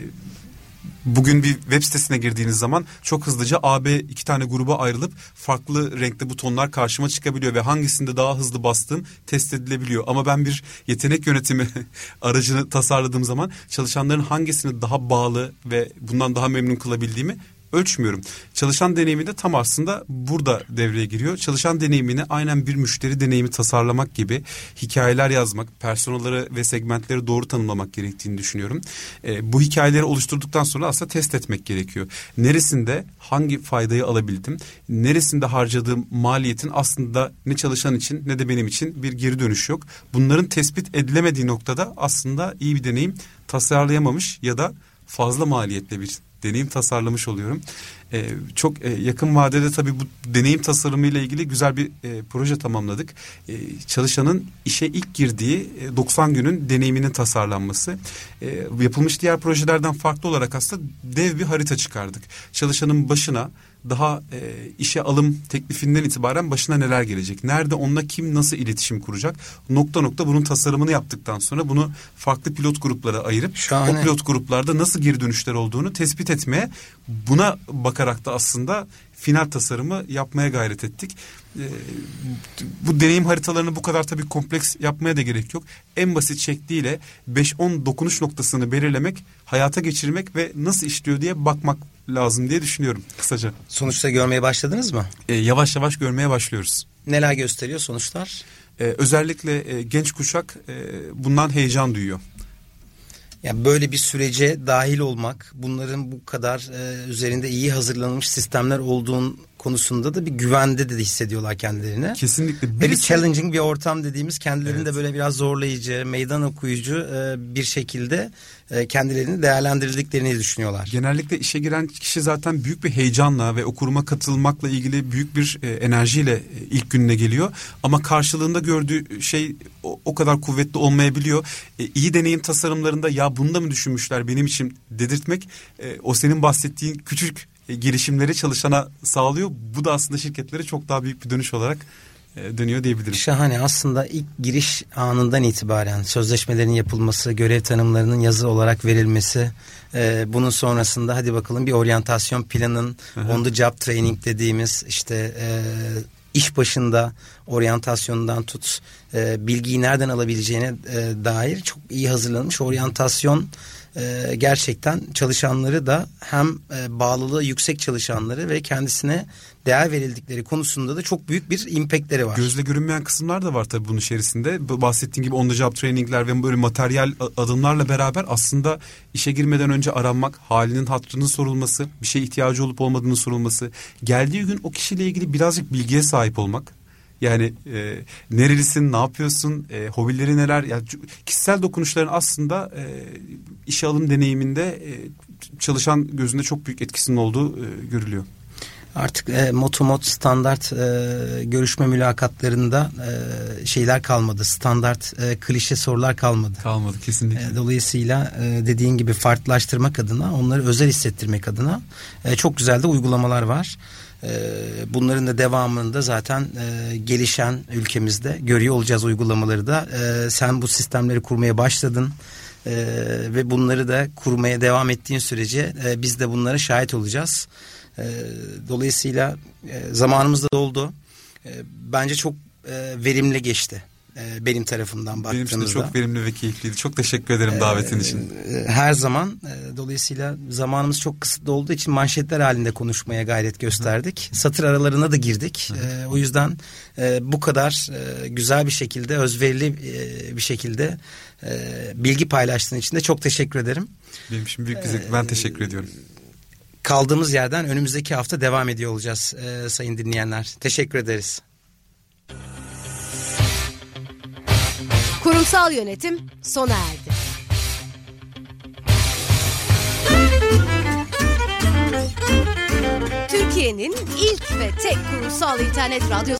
Bugün bir web sitesine girdiğiniz zaman çok hızlıca A, B iki tane gruba ayrılıp farklı renkli butonlar karşıma çıkabiliyor ve hangisinde daha hızlı bastığım test edilebiliyor. Ama ben bir yetenek yönetimi aracını tasarladığım zaman çalışanların hangisini daha bağlı ve bundan daha memnun kılabildiğimi ölçmüyorum. Çalışan deneyimi de tam aslında burada devreye giriyor. Çalışan deneyimini aynen bir müşteri deneyimi tasarlamak gibi hikayeler yazmak, personaları ve segmentleri doğru tanımlamak gerektiğini düşünüyorum. E, bu hikayeleri oluşturduktan sonra aslında test etmek gerekiyor. Neresinde hangi faydayı alabildim? Neresinde harcadığım maliyetin aslında ne çalışan için ne de benim için bir geri dönüş yok. Bunların tespit edilemediği noktada aslında iyi bir deneyim tasarlayamamış ya da fazla maliyetle bir deneyim tasarlamış oluyorum. Ee, çok e, yakın vadede tabii bu deneyim tasarımıyla ilgili güzel bir e, proje tamamladık. E, çalışanın işe ilk girdiği e, doksan günün deneyiminin tasarlanması. E, yapılmış diğer projelerden farklı olarak aslında dev bir harita çıkardık. Çalışanın başına daha e, işe alım teklifinden itibaren başına neler gelecek? Nerede onunla kim nasıl iletişim kuracak? Nokta nokta bunun tasarımını yaptıktan sonra bunu farklı pilot gruplara ayırıp Şahane. o pilot gruplarda nasıl geri dönüşler olduğunu tespit etmeye, buna bakarak da aslında final tasarımı yapmaya gayret ettik. Ee, bu deneyim haritalarını bu kadar tabii kompleks yapmaya da gerek yok. En basit şekliyle beş on dokunuş noktasını belirlemek, hayata geçirmek ve nasıl işliyor diye bakmak lazım diye düşünüyorum kısaca.
Sonuçta görmeye başladınız mı?
Ee, yavaş yavaş görmeye başlıyoruz.
Neler gösteriyor sonuçlar?
Ee, özellikle e, genç kuşak e, bundan heyecan duyuyor.
Yani böyle bir sürece dahil olmak, bunların bu kadar e, üzerinde iyi hazırlanmış sistemler olduğun konusunda da bir güvende de hissediyorlar kendilerini.
Kesinlikle.
Ve bir challenging bir ortam dediğimiz kendilerini evet. de böyle biraz zorlayıcı, meydan okuyucu e, bir şekilde e, kendilerini değerlendirdiklerini düşünüyorlar.
Genellikle işe giren kişi zaten büyük bir heyecanla ve o kuruma katılmakla ilgili büyük bir e, enerjiyle e, ilk gününe geliyor. Ama karşılığında gördüğü şey o, o kadar kuvvetli olmayabiliyor. E, iyi deneyim tasarımlarında ya bunu da mı düşünmüşler benim için dedirtmek e, o senin bahsettiğin küçük e, girişimleri çalışana sağlıyor. Bu da aslında şirketlere çok daha büyük bir dönüş olarak e, dönüyor diyebilirim.
Şahane. Aslında ilk giriş anından itibaren sözleşmelerin yapılması, görev tanımlarının yazı olarak verilmesi, e, bunun sonrasında hadi bakalım bir oryantasyon planın, on the job training dediğimiz işte e, iş başında oryantasyondan tut e, bilgiyi nereden alabileceğine e, dair çok iyi hazırlanmış oryantasyon e, gerçekten çalışanları da hem e, bağlılığı yüksek çalışanları ve kendisine değer verildikleri konusunda da çok büyük bir impactleri var.
Gözle görünmeyen kısımlar da var tabii bunun içerisinde. Bahsettiğim gibi on the job trainingler ve böyle materyal adımlarla beraber aslında işe girmeden önce aranmak, halinin hatrının sorulması, bir şeye ihtiyacı olup olmadığının sorulması, geldiği gün o kişiyle ilgili birazcık bilgiye sahip olmak. Yani e, nerelisin, ne yapıyorsun, e, hobileri neler? Yani kişisel dokunuşların aslında e, işe alım deneyiminde e, çalışan gözünde çok büyük etkisinin olduğu e, görülüyor.
Artık e, motomot standart e, görüşme mülakatlarında e, şeyler kalmadı. Standart e, klişe sorular kalmadı.
Kalmadı kesinlikle.
E, dolayısıyla e, dediğin gibi farklılaştırmak adına, onları özel hissettirmek adına e, çok güzel de uygulamalar var. Bunların da devamında zaten e, gelişen ülkemizde görüyor olacağız uygulamaları da. E, sen bu sistemleri kurmaya başladın e, ve bunları da kurmaya devam ettiğin sürece e, biz de bunlara şahit olacağız. E, dolayısıyla e, zamanımız da doldu. E, bence çok e, verimli geçti. Benim tarafımdan baktığımızda.
Benim için de çok verimli ve keyifliydi. Çok teşekkür ederim davetin için.
Her zaman. Dolayısıyla zamanımız çok kısıtlı olduğu için manşetler halinde konuşmaya gayret gösterdik. Hı. Satır aralarına da girdik. Hı. O yüzden bu kadar güzel bir şekilde, özverili bir şekilde bilgi paylaştığın için de çok teşekkür ederim.
Benim için büyük bir zevk. Ben teşekkür ediyorum.
Kaldığımız yerden önümüzdeki hafta devam ediyor olacağız sayın dinleyenler. Teşekkür ederiz.
Kurumsal yönetim sona erdi. Türkiye'nin ilk ve tek kurumsal internet radyosu